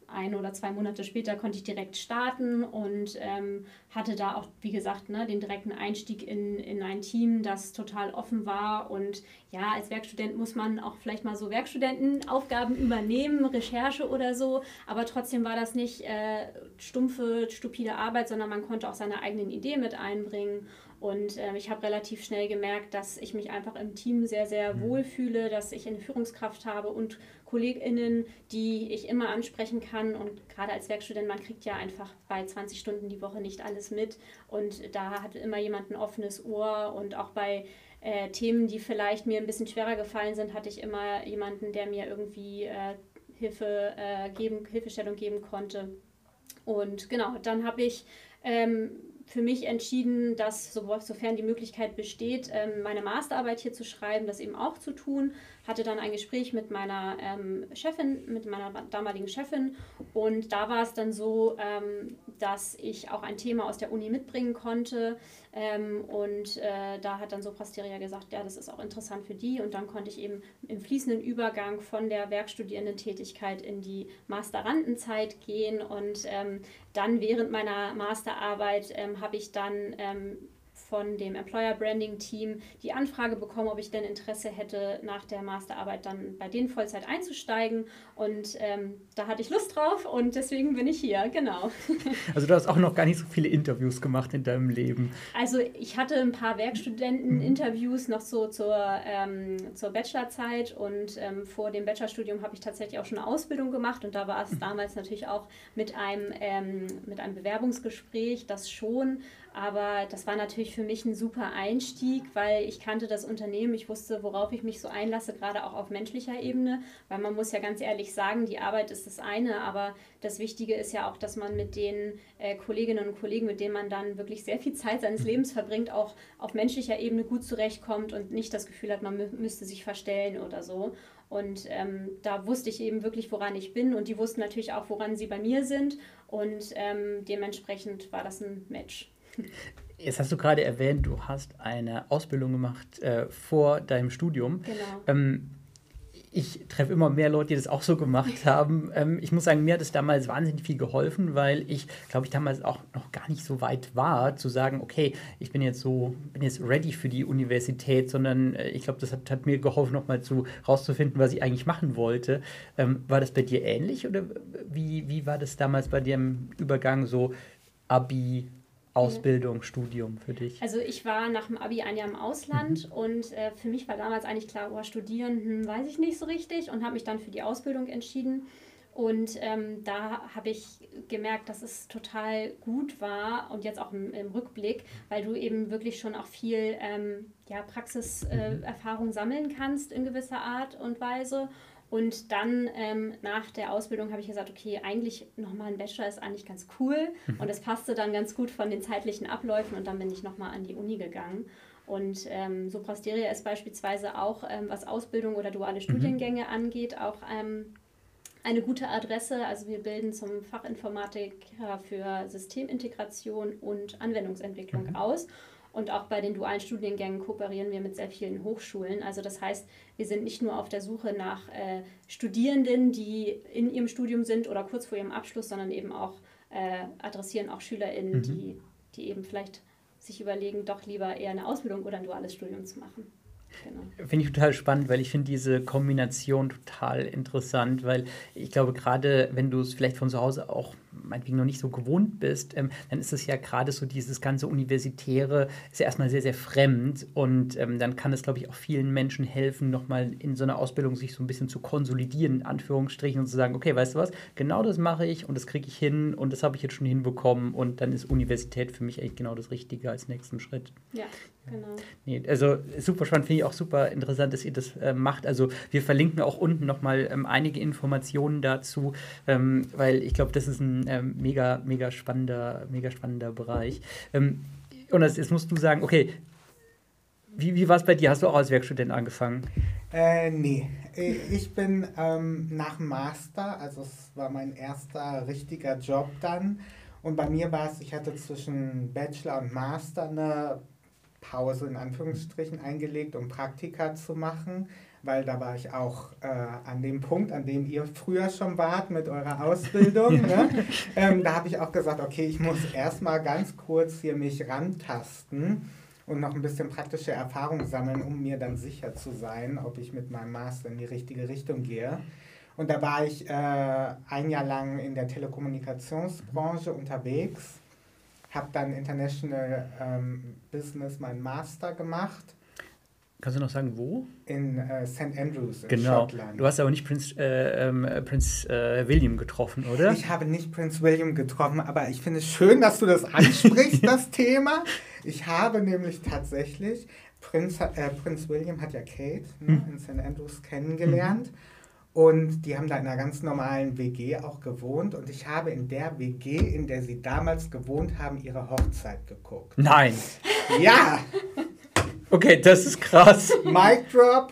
1 oder 2 Monate später konnte ich direkt starten und hatte da auch, wie gesagt, ne, den direkten Einstieg in ein Team, das total offen war. Und ja, als Werkstudent muss man auch vielleicht mal so Werkstudentenaufgaben übernehmen, Recherche oder so, aber trotzdem war das nicht stumpfe, stupide Arbeit, sondern man konnte auch seine eigenen Ideen mit einbringen. Und ich habe relativ schnell gemerkt, dass ich mich einfach im Team sehr, sehr wohl fühle, dass ich eine Führungskraft habe und KollegInnen, die ich immer ansprechen kann. Und gerade als Werkstudent, man kriegt ja einfach bei 20 Stunden die Woche nicht alles mit. Und da hat immer jemand ein offenes Ohr. Und auch bei Themen, die vielleicht mir ein bisschen schwerer gefallen sind, hatte ich immer jemanden, der mir irgendwie Hilfestellung geben konnte. Und genau, dann habe ich für mich entschieden, dass sofern die Möglichkeit besteht, meine Masterarbeit hier zu schreiben, das eben auch zu tun. Hatte dann ein Gespräch mit meiner mit meiner damaligen Chefin, und da war es dann so, dass ich auch ein Thema aus der Uni mitbringen konnte, und da hat dann Soprasteria gesagt, ja, das ist auch interessant für die, und dann konnte ich eben im fließenden Übergang von der Werkstudierendentätigkeit in die Masterandenzeit gehen, und dann während meiner Masterarbeit habe ich dann von dem Employer Branding Team die Anfrage bekommen, ob ich denn Interesse hätte, nach der Masterarbeit dann bei denen Vollzeit einzusteigen, und da hatte ich Lust drauf, und deswegen bin ich hier, genau. Also du hast auch noch gar nicht so viele Interviews gemacht in deinem Leben. Also ich hatte ein paar Werkstudenten-Interviews noch so zur Bachelorzeit, und vor dem Bachelorstudium habe ich tatsächlich auch schon eine Ausbildung gemacht, und da war es damals natürlich auch mit einem Bewerbungsgespräch, das schon. Aber das war natürlich für mich ein super Einstieg, weil ich kannte das Unternehmen, ich wusste, worauf ich mich so einlasse, gerade auch auf menschlicher Ebene, weil man muss ja ganz ehrlich sagen, die Arbeit ist das eine, aber das Wichtige ist ja auch, dass man mit den Kolleginnen und Kollegen, mit denen man dann wirklich sehr viel Zeit seines Lebens verbringt, auch auf menschlicher Ebene gut zurechtkommt und nicht das Gefühl hat, man müsste sich verstellen oder so. Und da wusste ich eben wirklich, woran ich bin, und die wussten natürlich auch, woran sie bei mir sind, und dementsprechend war das ein Match. Jetzt hast du gerade erwähnt, du hast eine Ausbildung gemacht vor deinem Studium. Genau. Ich treffe immer mehr Leute, die das auch so gemacht haben. Ich muss sagen, mir hat es damals wahnsinnig viel geholfen, weil ich, glaube ich, damals auch noch gar nicht so weit war, zu sagen, okay, ich bin jetzt ready für die Universität, sondern ich glaube, das hat mir geholfen, nochmal rauszufinden, was ich eigentlich machen wollte. War das bei dir ähnlich, oder wie war das damals bei dir im Übergang, so Abi, Ausbildung, Studium für dich? Also ich war nach dem Abi ein Jahr im Ausland, und für mich war damals eigentlich klar, studieren, weiß ich nicht so richtig, und habe mich dann für die Ausbildung entschieden. Und da habe ich gemerkt, dass es total gut war, und jetzt auch im Rückblick, weil du eben wirklich schon auch viel Praxiserfahrung sammeln kannst in gewisser Art und Weise. Und dann nach der Ausbildung habe ich gesagt, okay, eigentlich nochmal ein Bachelor ist eigentlich ganz cool, und das passte dann ganz gut von den zeitlichen Abläufen, und dann bin ich nochmal an die Uni gegangen. Und Soprasteria ist beispielsweise auch, was Ausbildung oder duale Studiengänge angeht, auch eine gute Adresse. Also wir bilden zum Fachinformatiker für Systemintegration und Anwendungsentwicklung aus. Und auch bei den dualen Studiengängen kooperieren wir mit sehr vielen Hochschulen. Also das heißt, wir sind nicht nur auf der Suche nach Studierenden, die in ihrem Studium sind oder kurz vor ihrem Abschluss, sondern eben auch adressieren auch SchülerInnen, die eben vielleicht sich überlegen, doch lieber eher eine Ausbildung oder ein duales Studium zu machen. Genau. Finde ich total spannend, weil ich finde diese Kombination total interessant, weil ich glaube, gerade wenn du es vielleicht von zu Hause auch meinetwegen noch nicht so gewohnt bist, dann ist es ja gerade so dieses ganze Universitäre, ist ja erstmal sehr, sehr fremd, und dann kann es, glaube ich, auch vielen Menschen helfen, nochmal in so einer Ausbildung sich so ein bisschen zu konsolidieren, in Anführungsstrichen, und zu sagen, okay, weißt du was, genau das mache ich, und das kriege ich hin, und das habe ich jetzt schon hinbekommen, und dann ist Universität für mich eigentlich genau das Richtige als nächsten Schritt. Ja, genau. Nee, also super spannend, finde ich auch super interessant, dass ihr das macht. Also wir verlinken auch unten nochmal einige Informationen dazu, weil ich glaube, das ist ein mega spannender Bereich. Und jetzt musst du sagen, okay, wie war es bei dir? Hast du auch als Werkstudent angefangen? Nee, ich bin nach dem Master, also es war mein erster richtiger Job dann, und bei mir war es, ich hatte zwischen Bachelor und Master eine Pause in Anführungsstrichen eingelegt, um Praktika zu machen, weil da war ich auch an dem Punkt, an dem ihr früher schon wart mit eurer Ausbildung. Ne? Da habe ich auch gesagt, okay, ich muss erstmal ganz kurz hier mich rantasten und noch ein bisschen praktische Erfahrung sammeln, um mir dann sicher zu sein, ob ich mit meinem Master in die richtige Richtung gehe. Und da war ich ein Jahr lang in der Telekommunikationsbranche unterwegs, habe dann International Business meinen Master gemacht. Kannst du noch sagen, wo? In St. Andrews in genau. Schottland. Du hast aber nicht Prinz William getroffen, oder? Ich habe nicht Prinz William getroffen, aber ich finde es schön, dass du das ansprichst, das Thema. Ich habe nämlich tatsächlich, Prinz William hat ja Kate in St. Andrews kennengelernt. Und die haben da in einer ganz normalen WG auch gewohnt. Und ich habe in der WG, in der sie damals gewohnt haben, ihre Hochzeit geguckt. Nein. Ja. Okay, das ist krass. Mic drop.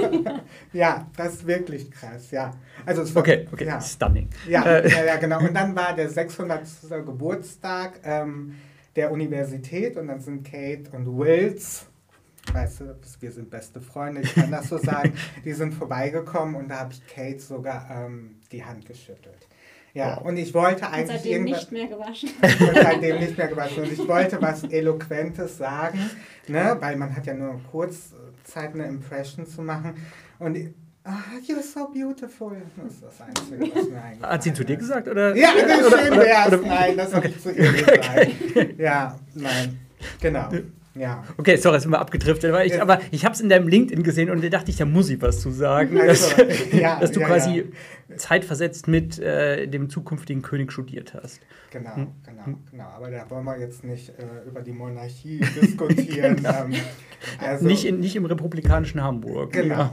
Ja, das ist wirklich krass, ja. Also es war, okay, ja. Stunning. Ja, genau. Und dann war der 600. Geburtstag der Universität und dann sind Kate und Wills, weißt du, wir sind beste Freunde, ich kann das so sagen, die sind vorbeigekommen und da habe ich Kate sogar die Hand geschüttelt. Ja, und ich wollte eigentlich und seitdem nicht mehr gewaschen. Und seitdem nicht mehr gewaschen. Und ich wollte was Eloquentes sagen, ne? Weil man hat ja nur kurz Zeit, eine Impression zu machen. Und you're so beautiful. Das ist das Einzige, was mir eingefallen ist. Hat sie zu dir gesagt? Oder? Ja, schön wär's. Nein, das habe ich zu ihr gesagt. Ja, nein, genau. Ja. Okay, sorry, sind wir abgedriftet. Aber ich habe es in deinem LinkedIn gesehen und da dachte ich, da muss ich was zu sagen. Also, dass du quasi zeitversetzt mit dem zukünftigen König studiert hast. Genau. Aber da wollen wir jetzt nicht über die Monarchie diskutieren. Also, nicht im republikanischen Hamburg. Genau.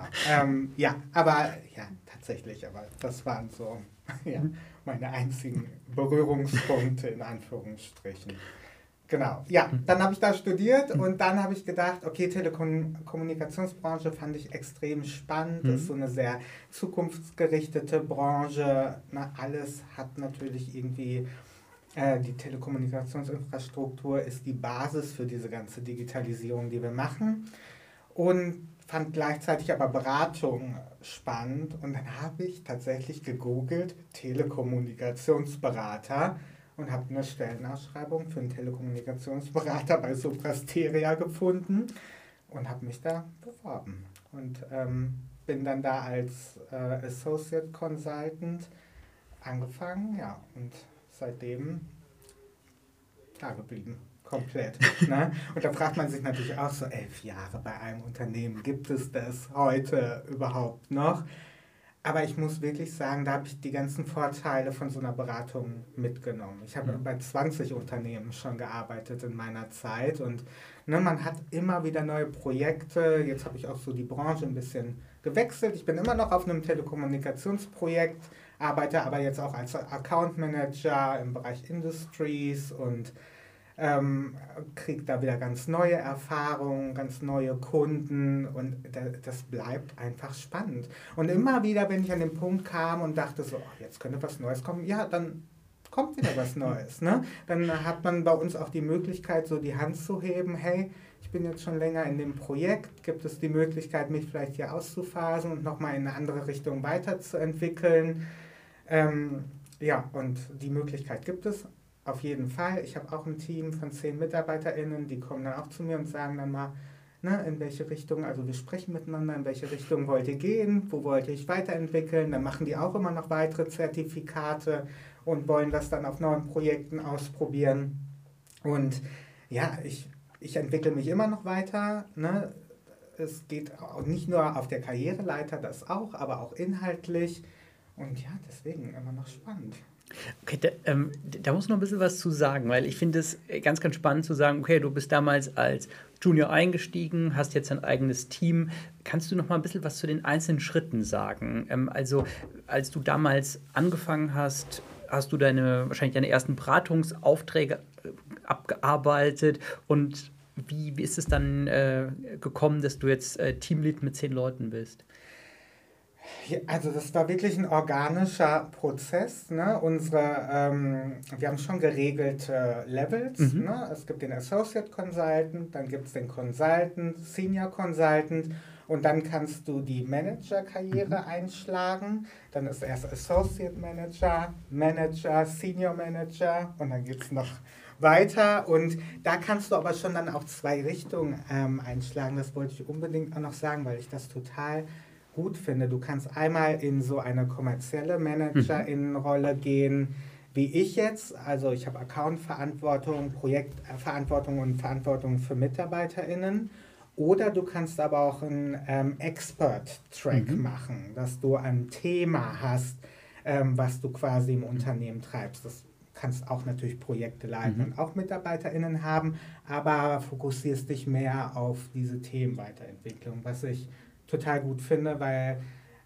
Aber tatsächlich. Aber das waren so meine einzigen Berührungspunkte in Anführungsstrichen. Genau, ja, dann habe ich da studiert und dann habe ich gedacht, okay, Telekommunikationsbranche fand ich extrem spannend, das ist so eine sehr zukunftsgerichtete Branche, alles hat natürlich irgendwie, die Telekommunikationsinfrastruktur ist die Basis für diese ganze Digitalisierung, die wir machen und fand gleichzeitig aber Beratung spannend und dann habe ich tatsächlich gegoogelt, Telekommunikationsberater, und habe eine Stellenausschreibung für einen Telekommunikationsberater bei Soprasteria gefunden und habe mich da beworben. Und bin dann da als Associate Consultant angefangen, und seitdem da geblieben. Komplett. Ne? Und da fragt man sich natürlich auch so, 11 Jahre bei einem Unternehmen, gibt es das heute überhaupt noch? Aber ich muss wirklich sagen, da habe ich die ganzen Vorteile von so einer Beratung mitgenommen. Ich habe bei 20 Unternehmen schon gearbeitet in meiner Zeit und man hat immer wieder neue Projekte. Jetzt habe ich auch so die Branche ein bisschen gewechselt. Ich bin immer noch auf einem Telekommunikationsprojekt, arbeite aber jetzt auch als Account Manager im Bereich Industries und kriege da wieder ganz neue Erfahrungen, ganz neue Kunden und das bleibt einfach spannend. Und immer wieder, wenn ich an den Punkt kam und dachte so, jetzt könnte was Neues kommen, dann kommt wieder was Neues. Ne? Dann hat man bei uns auch die Möglichkeit, so die Hand zu heben, hey, ich bin jetzt schon länger in dem Projekt, gibt es die Möglichkeit, mich vielleicht hier auszuphasen und nochmal in eine andere Richtung weiterzuentwickeln. Und die Möglichkeit gibt es. Auf jeden Fall. Ich habe auch ein Team von 10 MitarbeiterInnen, die kommen dann auch zu mir und sagen dann mal, in welche Richtung, also wir sprechen miteinander, in welche Richtung wollt ihr gehen, wo wollt ihr euch weiterentwickeln. Dann machen die auch immer noch weitere Zertifikate und wollen das dann auf neuen Projekten ausprobieren. Und ich entwickle mich immer noch weiter. Ne? Es geht auch nicht nur auf der Karriereleiter, das auch, aber auch inhaltlich. Und deswegen immer noch spannend. Okay, da muss noch ein bisschen was zu sagen, weil ich finde es ganz, ganz spannend zu sagen, okay, du bist damals als Junior eingestiegen, hast jetzt ein eigenes Team. Kannst du noch mal ein bisschen was zu den einzelnen Schritten sagen? Also, als du damals angefangen hast, hast du wahrscheinlich deine ersten Beratungsaufträge abgearbeitet und wie ist es dann gekommen, dass du jetzt Teamlead mit 10 Leuten bist? Ja, also das war wirklich ein organischer Prozess. Ne? Wir haben schon geregelte Levels. Ne? Es gibt den Associate Consultant, dann gibt es den Consultant, Senior Consultant Und dann kannst du die Manager-Karriere einschlagen. Dann ist erst Associate Manager, Manager, Senior Manager und dann geht es noch weiter. Und da kannst du aber schon dann auch 2 Richtungen einschlagen. Das wollte ich unbedingt auch noch sagen, weil ich das total gut finde. Du kannst einmal in so eine kommerzielle Manager-Innenrolle gehen, wie ich jetzt. Also ich habe Account-Verantwortung, Projektverantwortung und Verantwortung für MitarbeiterInnen. Oder du kannst aber auch einen Expert-Track machen, dass du ein Thema hast, was du quasi im Unternehmen treibst. Das kannst auch natürlich Projekte leiten und auch MitarbeiterInnen haben, aber fokussierst dich mehr auf diese Themenweiterentwicklung, was ich total gut finde, weil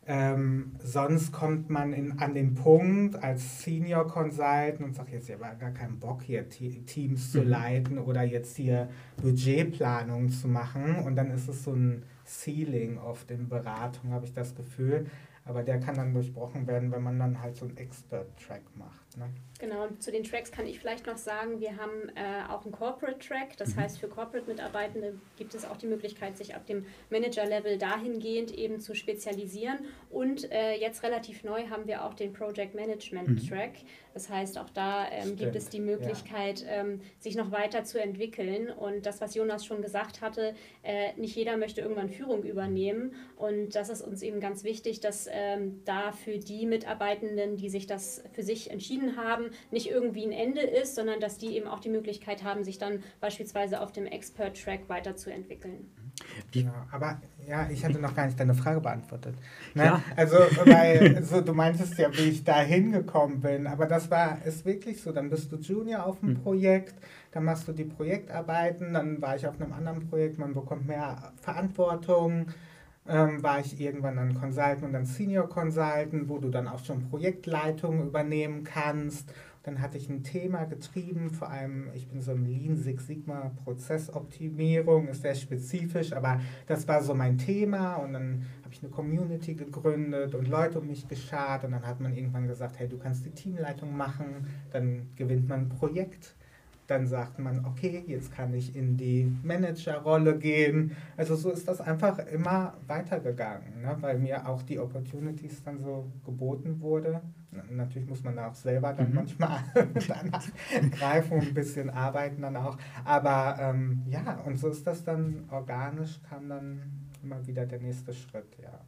sonst kommt man an den Punkt als Senior Consultant und sagt, jetzt ich habe gar keinen Bock hier Teams zu leiten oder jetzt hier Budgetplanung zu machen und dann ist es so ein Ceiling oft in Beratung, habe ich das Gefühl, aber der kann dann durchbrochen werden, wenn man dann halt so einen Expert-Track macht. Ne? Genau, und zu den Tracks kann ich vielleicht noch sagen, wir haben auch einen Corporate-Track, das heißt für Corporate-Mitarbeitende gibt es auch die Möglichkeit, sich ab dem Manager-Level dahingehend eben zu spezialisieren und jetzt relativ neu haben wir auch den Project-Management-Track, das heißt auch da gibt es die Möglichkeit, sich noch weiter zu entwickeln und das, was Jonas schon gesagt hatte, nicht jeder möchte irgendwann Führung übernehmen und das ist uns eben ganz wichtig, dass da für die Mitarbeitenden, die sich das für sich entschieden haben, nicht irgendwie ein Ende ist, sondern dass die eben auch die Möglichkeit haben, sich dann beispielsweise auf dem Expert-Track weiterzuentwickeln. Genau, aber ja, ich hatte noch gar nicht deine Frage beantwortet. Ne? Ja. Also, weil du meintest ja, wie ich da hingekommen bin, aber das ist wirklich so, dann bist du Junior auf dem Projekt, dann machst du die Projektarbeiten, dann war ich auf einem anderen Projekt, man bekommt mehr Verantwortung, war ich irgendwann dann Consultant und dann Senior Consultant, wo du dann auch schon Projektleitung übernehmen kannst. Dann hatte ich ein Thema getrieben, vor allem, ich bin so im Lean Six Sigma Prozessoptimierung, ist sehr spezifisch, aber das war so mein Thema und dann habe ich eine Community gegründet und Leute um mich geschart und dann hat man irgendwann gesagt, hey, du kannst die Teamleitung machen, dann gewinnt man ein Projekt. Dann sagt man, okay, jetzt kann ich in die Managerrolle gehen. Also so ist das einfach immer weitergegangen, ne? Weil mir auch die Opportunities dann so geboten wurde. Natürlich muss man da auch selber dann manchmal danach greifen und ein bisschen arbeiten dann auch. Aber ja, und so ist das dann organisch, kam dann immer wieder der nächste Schritt, ja.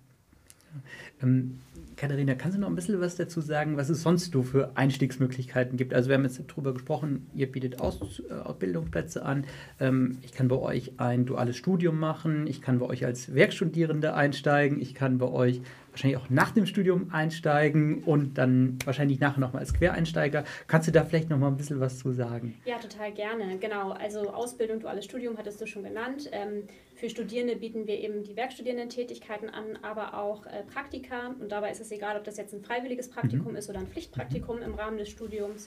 Katharina, kannst du noch ein bisschen was dazu sagen, was es sonst so für Einstiegsmöglichkeiten gibt? Also wir haben jetzt darüber gesprochen, ihr bietet Ausbildungsplätze an. Ich kann bei euch ein duales Studium machen. Ich kann bei euch als Werkstudierende einsteigen. Ich kann bei euch wahrscheinlich auch nach dem Studium einsteigen und dann wahrscheinlich nachher nochmal als Quereinsteiger. Kannst du da vielleicht noch mal ein bisschen was zu sagen? Ja, total gerne. Genau, also Ausbildung, duales Studium hattest du schon genannt. Für Studierende bieten wir eben die Werkstudierendentätigkeiten an, aber auch Praktika. Und dabei ist es egal, ob das jetzt ein freiwilliges Praktikum ist oder ein Pflichtpraktikum im Rahmen des Studiums.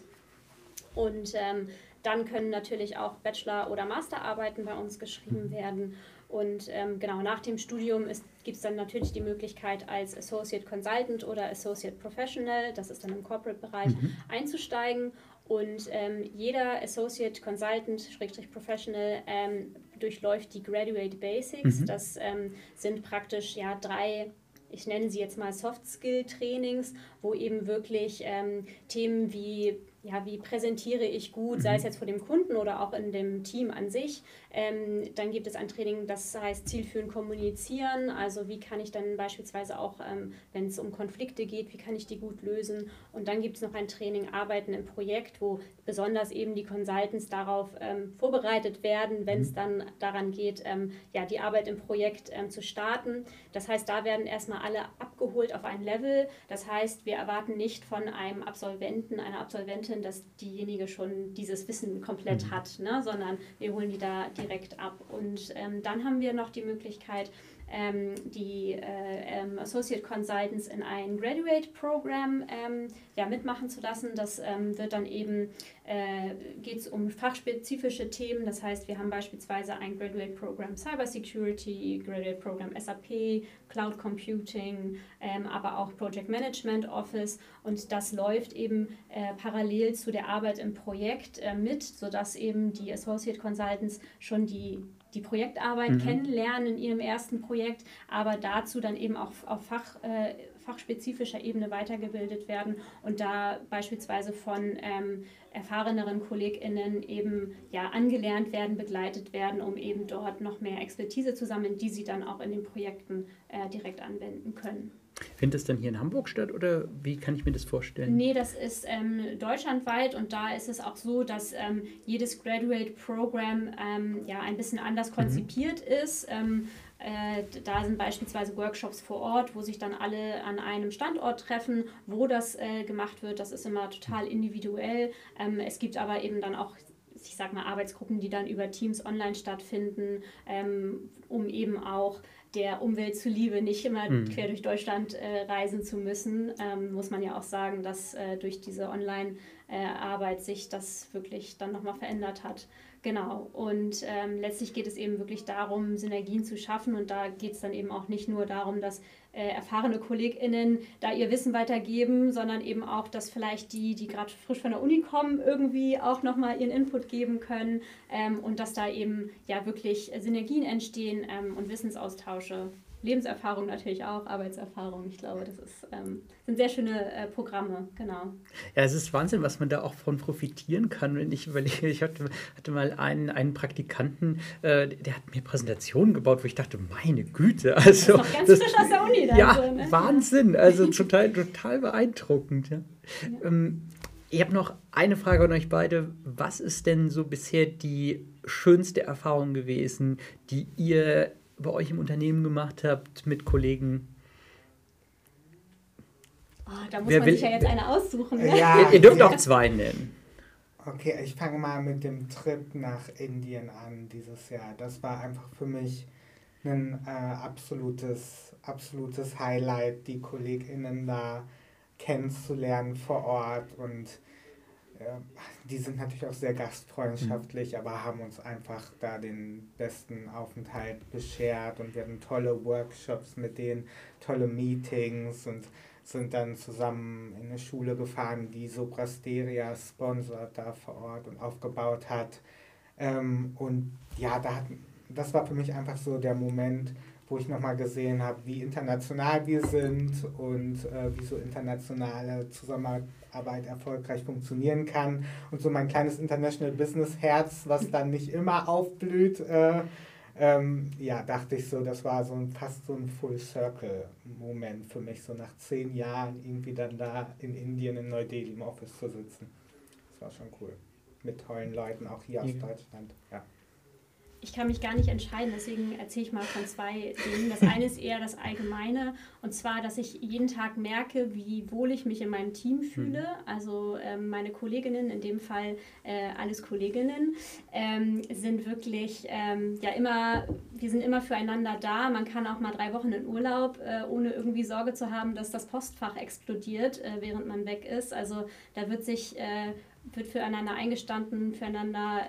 Und dann können natürlich auch Bachelor- oder Masterarbeiten bei uns geschrieben werden. Und genau nach dem Studium gibt es dann natürlich die Möglichkeit, als Associate Consultant oder Associate Professional, das ist dann im Corporate-Bereich, einzusteigen. Und jeder Associate Consultant, Professional, durchläuft die Graduate Basics. Das sind praktisch 3, ich nenne sie jetzt mal Soft-Skill-Trainings, wo eben wirklich Themen wie präsentiere ich gut, sei es jetzt vor dem Kunden oder auch in dem Team an sich. Dann gibt es ein Training, das heißt zielführend kommunizieren, also wie kann ich dann beispielsweise auch, wenn es um Konflikte geht, wie kann ich die gut lösen. Und dann gibt es noch ein Training Arbeiten im Projekt, wo besonders eben die Consultants darauf vorbereitet werden, wenn es dann daran geht, die Arbeit im Projekt zu starten. Das heißt, da werden erstmal alle abgeholt auf ein Level. Das heißt, wir erwarten nicht von einem Absolventen, einer Absolventin, dass diejenige schon dieses Wissen komplett hat, ne? Sondern wir holen die da direkt ab. Und dann haben wir noch die Möglichkeit, die Associate Consultants in ein Graduate-Programm mitmachen zu lassen. Das wird dann eben, geht es um fachspezifische Themen. Das heißt, wir haben beispielsweise ein Graduate-Programm Cybersecurity, Graduate-Programm SAP, Cloud Computing, aber auch Project Management Office. Und das läuft eben parallel zu der Arbeit im Projekt mit, sodass eben die Associate Consultants schon die die Projektarbeit kennenlernen in ihrem ersten Projekt, aber dazu dann eben auch auf fachspezifischer Ebene weitergebildet werden und da beispielsweise von erfahreneren KollegInnen eben angelernt werden, begleitet werden, um eben dort noch mehr Expertise zu sammeln, die sie dann auch in den Projekten direkt anwenden können. Findet das dann hier in Hamburg statt oder wie kann ich mir das vorstellen? Nee, das ist deutschlandweit und da ist es auch so, dass jedes Graduate-Programm ein bisschen anders konzipiert ist. Da sind beispielsweise Workshops vor Ort, wo sich dann alle an einem Standort treffen, wo das gemacht wird. Das ist immer total individuell. Es gibt aber eben dann auch, ich sag mal, Arbeitsgruppen, die dann über Teams online stattfinden, um eben auch der Umwelt zuliebe nicht immer quer durch Deutschland reisen zu müssen. Muss man ja auch sagen, dass durch diese Online-Arbeit sich das wirklich dann nochmal verändert hat. Genau, und letztlich geht es eben wirklich darum, Synergien zu schaffen und da geht es dann eben auch nicht nur darum, dass erfahrene KollegInnen da ihr Wissen weitergeben, sondern eben auch, dass vielleicht die gerade frisch von der Uni kommen, irgendwie auch nochmal ihren Input geben können und dass da eben wirklich Synergien entstehen und Wissensaustausche. Lebenserfahrung natürlich auch, Arbeitserfahrung. Ich glaube, das sind sehr schöne Programme, genau. Ja, es ist Wahnsinn, was man da auch von profitieren kann. Wenn ich überlege, ich hatte mal einen Praktikanten, der hat mir Präsentationen gebaut, wo ich dachte, meine Güte. Also, das ist noch ganz frisch aus der Uni. Dann ja, so, ne? Wahnsinn. Also total beeindruckend. Ja. Ja. Ich habe noch eine Frage an euch beide. Was ist denn so bisher die schönste Erfahrung gewesen, die ihr bei euch im Unternehmen gemacht habt mit Kollegen? Oh, da muss man sich ja jetzt eine aussuchen. Ne? Ja, ihr dürft auch 2 nennen. Okay, ich fange mal mit dem Trip nach Indien an dieses Jahr. Das war einfach für mich ein absolutes Highlight, die KollegInnen da kennenzulernen vor Ort und die sind natürlich auch sehr gastfreundschaftlich, aber haben uns einfach da den besten Aufenthalt beschert und wir hatten tolle Workshops mit denen, tolle Meetings und sind dann zusammen in eine Schule gefahren, die Soprasteria sponsort da vor Ort und aufgebaut hat. Und ja, das war für mich einfach so der Moment, wo ich nochmal gesehen habe, wie international wir sind und wie so internationale Zusammenarbeit erfolgreich funktionieren kann. Und so mein kleines International Business Herz, was dann nicht immer aufblüht, dachte ich so, das war fast so ein Full-Circle-Moment für mich, so nach 10 Jahren irgendwie dann da in Indien, in Neu-Delhi im Office zu sitzen. Das war schon cool. Mit tollen Leuten, auch hier aus Deutschland, ja. Ich kann mich gar nicht entscheiden, deswegen erzähle ich mal von 2 Dingen. Das eine ist eher das Allgemeine und zwar, dass ich jeden Tag merke, wie wohl ich mich in meinem Team fühle. Also meine Kolleginnen, in dem Fall alles Kolleginnen, sind wirklich wir sind immer füreinander da. Man kann auch mal 3 Wochen in Urlaub, ohne irgendwie Sorge zu haben, dass das Postfach explodiert, während man weg ist. Also da wird füreinander eingestanden, füreinander,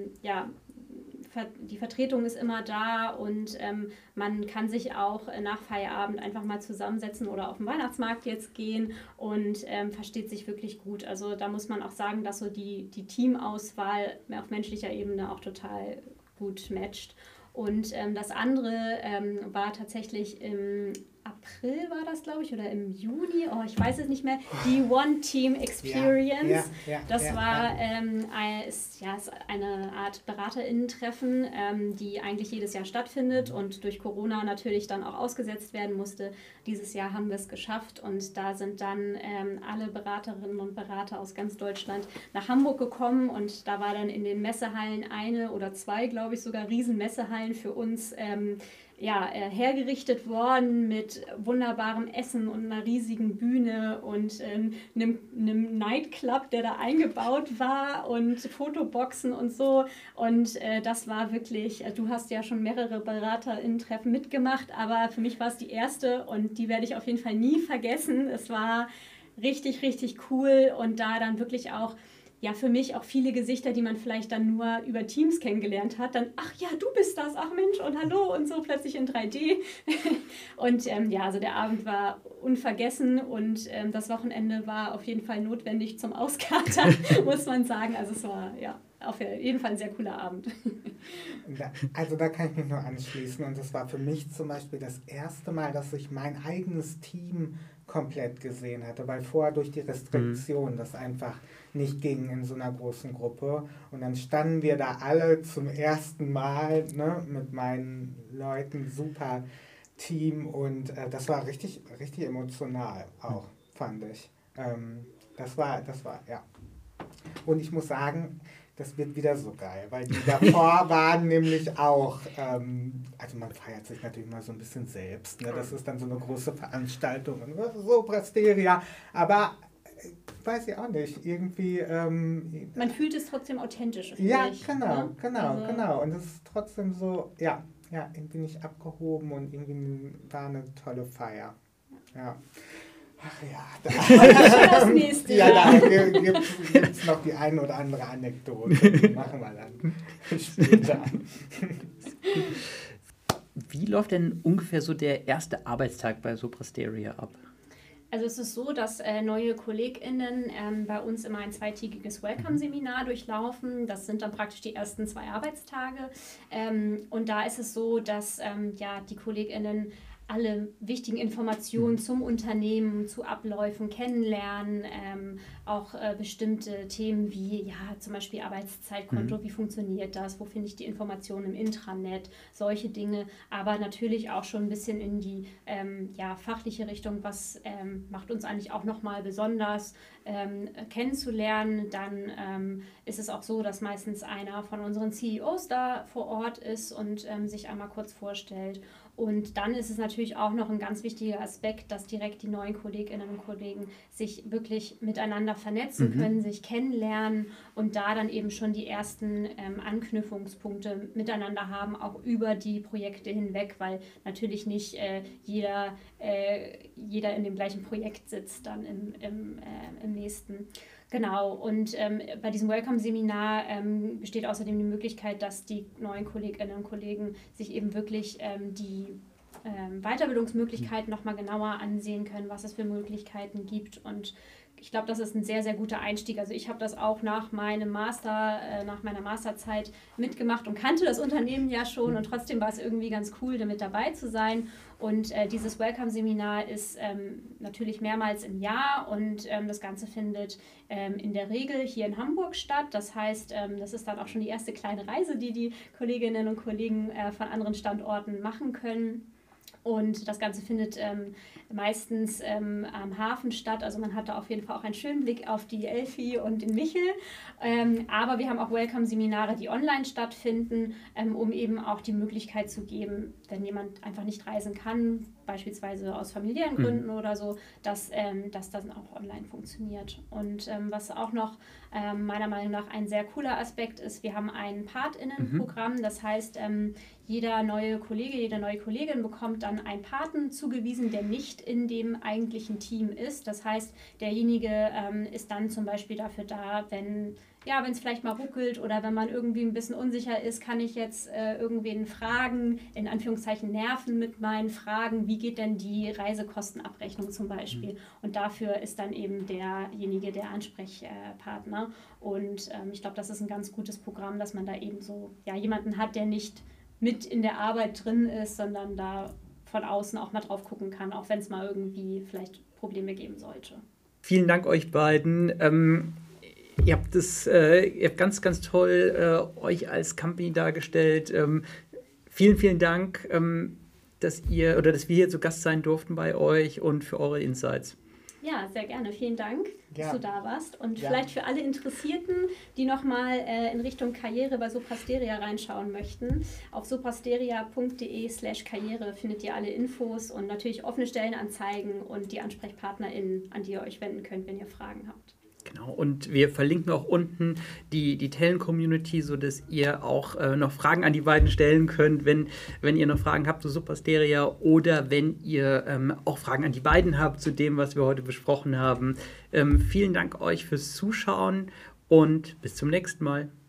die Vertretung ist immer da und man kann sich auch nach Feierabend einfach mal zusammensetzen oder auf den Weihnachtsmarkt jetzt gehen und versteht sich wirklich gut. Also da muss man auch sagen, dass so die Teamauswahl auf menschlicher Ebene auch total gut matcht. Und das andere war tatsächlich im April war das, glaube ich, oder im Juni, ich weiß es nicht mehr, die One Team Experience. Das war ist eine Art BeraterInnen-Treffen, die eigentlich jedes Jahr stattfindet und durch Corona natürlich dann auch ausgesetzt werden musste. Dieses Jahr haben wir es geschafft und da sind dann alle Beraterinnen und Berater aus ganz Deutschland nach Hamburg gekommen und da war dann in den Messehallen 1 oder 2, glaube ich, sogar Riesenmessehallen für uns hergerichtet worden mit wunderbarem Essen und einer riesigen Bühne und einem Nightclub, der da eingebaut war und Fotoboxen und so. Und das war wirklich, du hast ja schon mehrere BeraterInnen-Treffen mitgemacht, aber für mich war es die erste und die werde ich auf jeden Fall nie vergessen. Es war richtig, richtig cool und da dann wirklich auch für mich auch viele Gesichter, die man vielleicht dann nur über Teams kennengelernt hat, dann, ach ja, du bist das, ach Mensch und hallo und so plötzlich in 3D. Und also der Abend war unvergessen und das Wochenende war auf jeden Fall notwendig zum Auskatern, muss man sagen. Also es war, auf jeden Fall ein sehr cooler Abend. Also da kann ich mich nur anschließen und das war für mich zum Beispiel das erste Mal, dass ich mein eigenes Team komplett gesehen hatte, weil vorher durch die Restriktion das einfach nicht ging in so einer großen Gruppe und dann standen wir da alle zum ersten Mal, ne, mit meinen Leuten, super Team und das war richtig, richtig emotional auch, fand ich. Das war, ja. Und ich muss sagen, das wird wieder so geil, weil die davor waren nämlich auch, also man feiert sich natürlich mal so ein bisschen selbst, ne? Das ist dann so eine große Veranstaltung und Soprasteria, aber weiß ich auch nicht, irgendwie... man fühlt es trotzdem authentisch. Ja, ich, genau, ne? genau. Und es ist trotzdem so, ja, irgendwie nicht abgehoben und irgendwie war eine tolle Feier. Ja. Ach ja, das nächste da gibt es noch die eine oder andere Anekdote. Die machen wir dann später. Wie läuft denn ungefähr so der erste Arbeitstag bei Soprasteria ab? Also es ist so, dass neue KollegInnen bei uns immer ein 2-tägiges Welcome-Seminar durchlaufen. Das sind dann praktisch die ersten 2 Arbeitstage. Und da ist es so, dass die KollegInnen alle wichtigen Informationen zum Unternehmen, zu Abläufen kennenlernen, auch bestimmte Themen wie zum Beispiel Arbeitszeitkonto, wie funktioniert das, wo finde ich die Informationen im Intranet, solche Dinge, aber natürlich auch schon ein bisschen in die fachliche Richtung, was macht uns eigentlich auch nochmal besonders kennenzulernen. Dann ist es auch so, dass meistens einer von unseren CEOs da vor Ort ist und sich einmal kurz vorstellt. Und dann ist es natürlich auch noch ein ganz wichtiger Aspekt, dass direkt die neuen Kolleginnen und Kollegen sich wirklich miteinander vernetzen können, sich kennenlernen und da dann eben schon die ersten Anknüpfungspunkte miteinander haben, auch über die Projekte hinweg, weil natürlich nicht jeder in dem gleichen Projekt sitzt dann im nächsten. Genau, und bei diesem Welcome-Seminar besteht außerdem die Möglichkeit, dass die neuen Kolleginnen und Kollegen sich eben wirklich die Weiterbildungsmöglichkeiten nochmal genauer ansehen können, was es für Möglichkeiten gibt. Und ich glaube, das ist ein sehr, sehr guter Einstieg. Also ich habe das auch nach meiner Masterzeit mitgemacht und kannte das Unternehmen ja schon und trotzdem war es irgendwie ganz cool, damit dabei zu sein. Und dieses Welcome-Seminar ist natürlich mehrmals im Jahr und das Ganze findet in der Regel hier in Hamburg statt. Das heißt, das ist dann auch schon die erste kleine Reise, die Kolleginnen und Kollegen von anderen Standorten machen können. Und das Ganze findet meistens am Hafen statt. Also man hat da auf jeden Fall auch einen schönen Blick auf die Elfi und den Michel. Aber wir haben auch Welcome-Seminare, die online stattfinden, um eben auch die Möglichkeit zu geben, wenn jemand einfach nicht reisen kann, beispielsweise aus familiären Gründen oder so, dass das dann auch online funktioniert. Und was auch noch meiner Meinung nach ein sehr cooler Aspekt ist, wir haben ein PartInnen-Programm. Das heißt, jeder neue Kollege, jede neue Kollegin bekommt dann einen Paten zugewiesen, der nicht in dem eigentlichen Team ist. Das heißt, derjenige ist dann zum Beispiel dafür da, wenn es vielleicht mal ruckelt oder wenn man irgendwie ein bisschen unsicher ist, kann ich jetzt irgendwen fragen, in Anführungszeichen nerven mit meinen Fragen, wie geht denn die Reisekostenabrechnung zum Beispiel? Und dafür ist dann eben derjenige der Ansprechpartner. Und ich glaube, das ist ein ganz gutes Programm, dass man da eben so jemanden hat, der nicht mit in der Arbeit drin ist, sondern da von außen auch mal drauf gucken kann, auch wenn es mal irgendwie vielleicht Probleme geben sollte. Vielen Dank euch beiden. Ihr habt ganz, ganz toll euch als Company dargestellt. Vielen, vielen Dank, dass wir hier zu Gast sein durften bei euch und für eure Insights. Ja, sehr gerne. Vielen Dank, dass du da warst. Und vielleicht für alle Interessierten, die nochmal in Richtung Karriere bei Soprasteria reinschauen möchten, auf soprasteria.de/Karriere findet ihr alle Infos und natürlich offene Stellenanzeigen und die AnsprechpartnerInnen, an die ihr euch wenden könnt, wenn ihr Fragen habt. Genau, und wir verlinken auch unten die Talent-Community, sodass ihr auch noch Fragen an die beiden stellen könnt, wenn ihr noch Fragen habt zu Soprasteria oder wenn ihr auch Fragen an die beiden habt zu dem, was wir heute besprochen haben. Vielen Dank euch fürs Zuschauen und bis zum nächsten Mal.